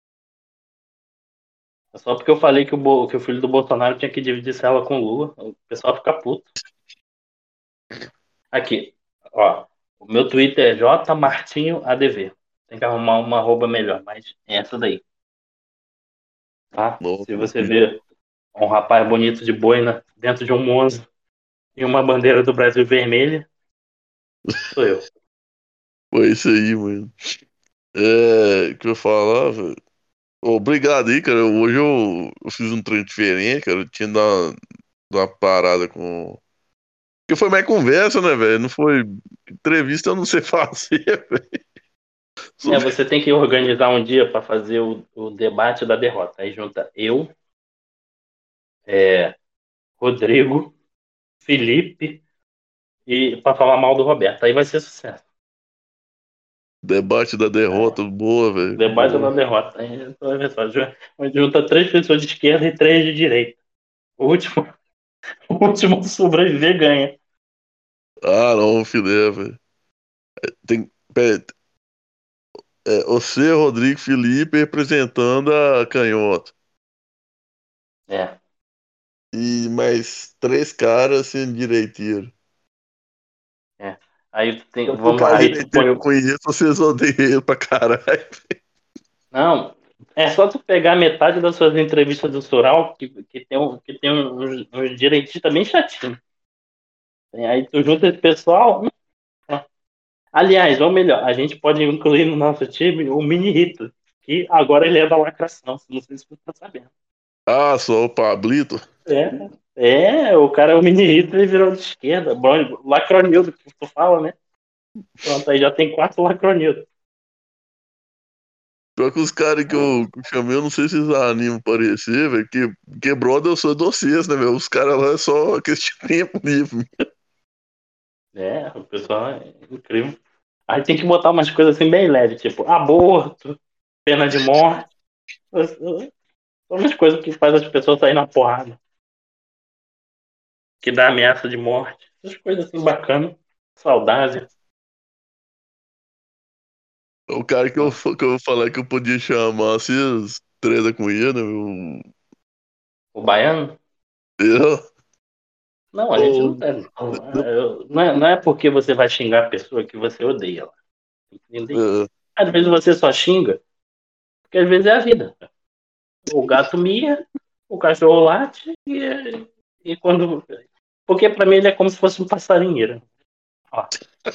só porque eu falei que o filho do Bolsonaro tinha que dividir cela com o Lula. O pessoal fica puto. Aqui, ó. O meu Twitter é jmartinhoadv. Tem que arrumar uma arroba melhor, mas é essa daí, tá? Não, Se você tranquilo. vê um rapaz bonito de boina dentro de um Monza e uma bandeira do Brasil vermelha, sou eu. Foi isso aí, mano. O que eu falava? Obrigado aí, cara. Hoje eu fiz um treino diferente, cara. Eu tinha dado uma parada com. Porque foi mais conversa, né, velho? Não foi. Entrevista eu não sei fazer, velho. Sou- Você tem que organizar um dia para fazer o debate da derrota. Aí junta eu, Rodrigo, Felipe e para falar mal do Roberto. Aí vai ser sucesso. Debate da É, derrota, boa, velho. debate da Boa. derrota. Aí tu vai ver só. Junta três pessoas de esquerda e três de direita. O último, o último a sobreviver ganha. Ah, não, filé, velho. Pera, você, Rodrigo Felipe, representando a canhota. É, E mais três caras sendo direiteiro. é. Aí tu tem, O vamos lá, cara aí tu direiteiro põe que eu conheço, vocês odeiam ele pra caralho. Não, é só tu pegar metade das suas entrevistas do Soral, que tem uns direitistas bem chatinhos. Aí tu junta esse pessoal. Aliás, ou melhor, a gente pode incluir no nosso time o Mini Hitler, que agora ele é da lacração, não sei se você tá sabendo. Ah, só o Pablito. O cara é o Mini Hitler e virou de esquerda. Bom, lacronildo, que tu fala, né? Pronto, aí já tem quatro lacronildos. Pior que os caras que eu chamei, eu não sei se eles animam parecer, velho. Que brother eu sou de vocês, né, velho? Os caras lá é só questão de tempo livre. O pessoal é incrível. Aí tem que botar umas coisas assim bem leves, tipo aborto, pena de morte. São umas coisas que faz as pessoas saírem na porrada. Que dá ameaça de morte. Essas coisas assim bacanas. Saudável. O cara que eu vou falar que eu podia chamar, se as treta com ele, né? O baiano? Eu, Não, a gente não eu, deve. Não é porque você vai xingar a pessoa que você odeia ela. Entende? eu, Às vezes você só xinga, porque às vezes é a vida. O gato mia, o cachorro late e quando. Porque pra mim ele é como se fosse um passarinheiro. Ó,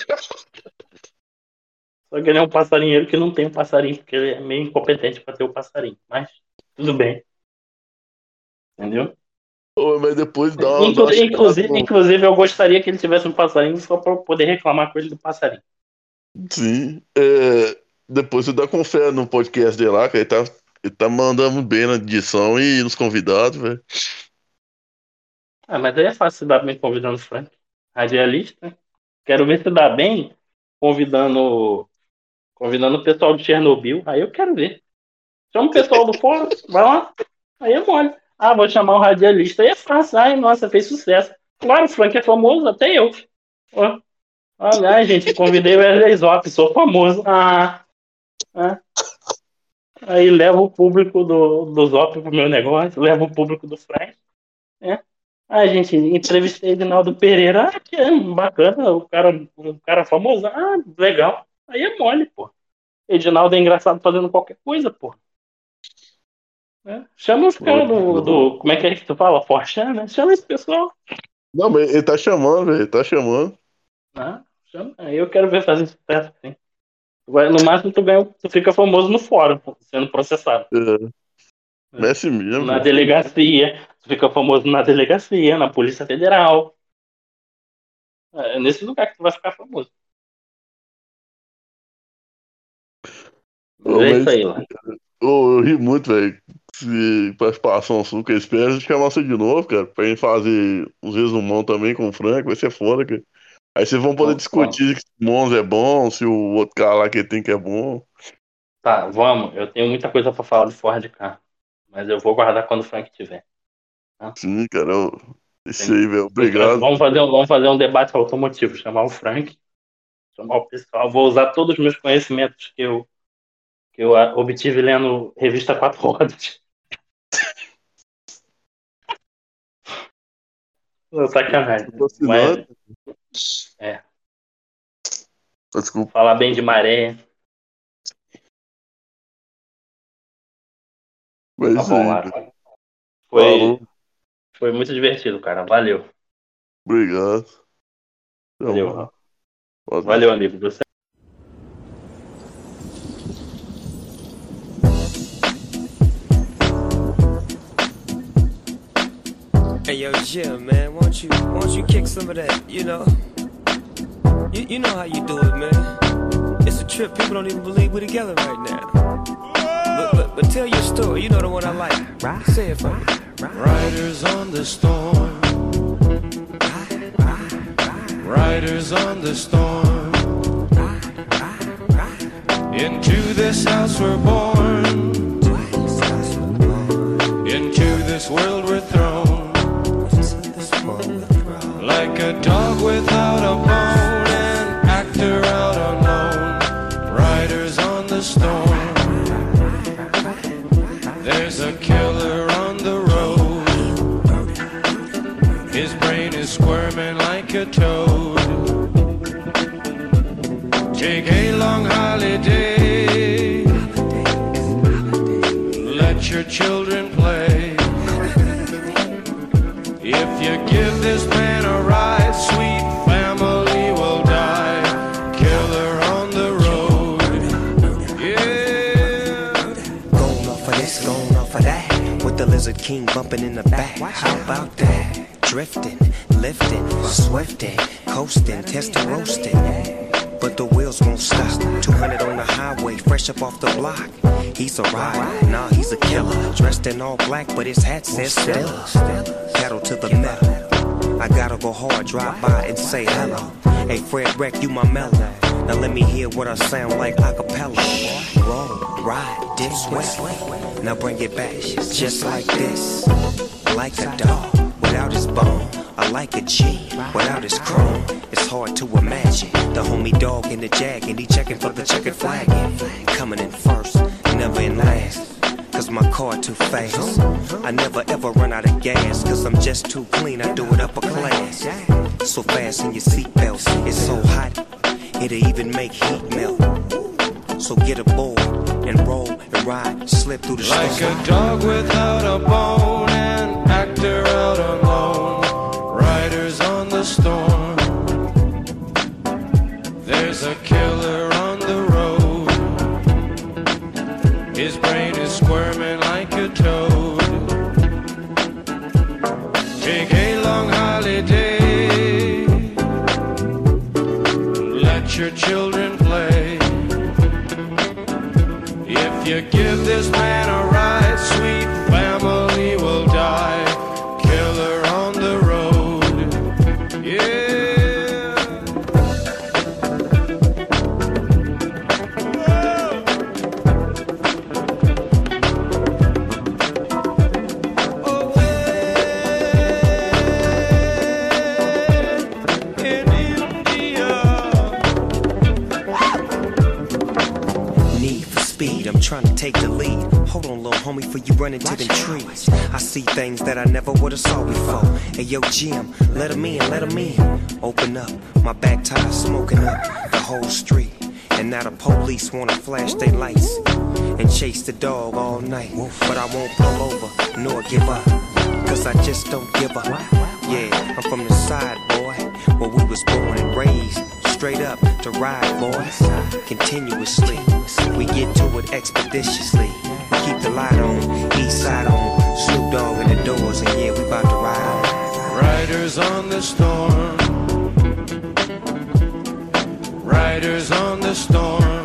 só que ele é um passarinheiro que não tem um passarinho, porque ele é meio incompetente pra ter o passarinho. Mas tudo bem, entendeu? mas depois dá uma chegada Inclusive, no. inclusive, eu gostaria que ele tivesse um passarinho só pra eu poder reclamar com ele do passarinho. Sim. Depois você dá confere no podcast dele lá, que ele tá mandando bem na edição e nos convidados, velho. Ah, mas aí é fácil se dar bem convidando o Frank. Radialista. Quero ver se dá bem convidando o pessoal de Chernobyl. Aí eu quero ver. Chama o pessoal do fórum, vai lá. Aí é mole. Ah, vou chamar o radialista. Aí é fácil. Ai, nossa, fez sucesso. Claro, o Frank é famoso, até eu. Ó, olha, ai, gente, convidei o Wesley Zop, sou famoso. Ah. Aí leva o público do Zop pro meu negócio, leva o público do Frank. Né? Gente, entrevistei Edinaldo Pereira. Que é bacana, o cara famoso. Legal. Aí é mole, pô. Edinaldo é engraçado fazendo qualquer coisa, pô. Chama os caras do. Como é que tu fala? Forchan, né? Chama esse pessoal. Não, mas ele tá chamando, velho. Ele tá chamando. Chama. Aí eu quero ver fazer sucesso, assim. No máximo tu fica famoso no fórum, sendo processado. Messi mesmo. Na delegacia. Tu fica famoso na delegacia, na Polícia Federal. É nesse lugar que tu vai ficar famoso. Mas é isso aí, lá. Eu ri muito, velho. Se participação sua, que eu espero chamar você de novo, cara, pra gente fazer uns resumão também com o Frank, vai ser foda, cara. Aí vocês vão poder discutir se o Monza é bom, se o outro cara lá que tem que é bom. Tá, vamos. Eu tenho muita coisa pra falar de Ford Ka, mas eu vou guardar quando o Frank tiver. Tá? Sim, cara. Isso aí, velho. Obrigado. Vamos fazer um debate automotivo. Chamar o Frank, chamar o pessoal. Vou usar todos os meus conhecimentos que eu obtive lendo revista 4 Rodas. Sacanagem. Mas, Desculpa. Falar bem de maré. Mas Tá isso bom, aí, Lara. Falou. Foi muito divertido, cara. Valeu. Obrigado. Valeu. Valeu, amigo. Você... Hey yo, Jim, man, won't you kick some of that? You know how you do it, man. It's a trip. People don't even believe we're together right now. But tell your story. You know the one I like. Say it for me. Riders on the storm. Riders on the storm. Into this house we're born. Into this world we're thrown. Like a dog without a bone, an actor out alone. Riders on the storm. There's a killer on the road. His brain is squirming like a toad. Take a long holiday. Let your children play. If you give this man a ride, sweet family will die. Killer on the road. Yeah. Going off of this, going off of that. With the Lizard King bumping in the back. How about that? Drifting, lifting, swifting, coasting, testing, roasting. But the wheels won't stop. 200 on the highway, fresh up off the block. He's a rider, nah, he's a killer. Dressed in all black, but his hat says Stella. Pedal to the metal. I gotta go hard, drive by and say hello. Hey, Fred Wreck, you my mellow. Now let me hear what I sound like a cappella. Roll, ride, dip, sweat. Now bring it back, just like this. Like a dog without his bone. I like a G without his chrome. It's hard to imagine the homie dog in the jag and he checking for the checkered flag. Coming in first, never in last. Cause my car too fast. I never ever run out of gas. Cause I'm just too clean, I do it upper class. So fast in your seatbelts, it's so hot, it'll even make heat melt. So get aboard and roll and ride, slip through the storm. Like a dog without a bone, an actor out alone. Riders on the storm. There's a killer on the road. His brain is squirming like a toad. Take a long holiday. Let your children play. If you give this man a ride, sweet family will die. Killer on the road. Yeah. I'm trying to take the lead. Hold on, little homie, before you run into them trees. I see things that I never would've saw before. Hey, yo, Jim, let him in, let him in. Open up, my back tire smoking up the whole street. And now the police wanna flash their lights and chase the dog all night. But I won't pull over nor give up, cause I just don't give up. Yeah, I'm from the side, boy, where we was born and raised. Straight up to ride, boys, continuously. We get to it expeditiously. We keep the light on, east side on, Snoop Dogg in the doors, and yeah, we about to ride on. Riders on the storm. Riders on the storm.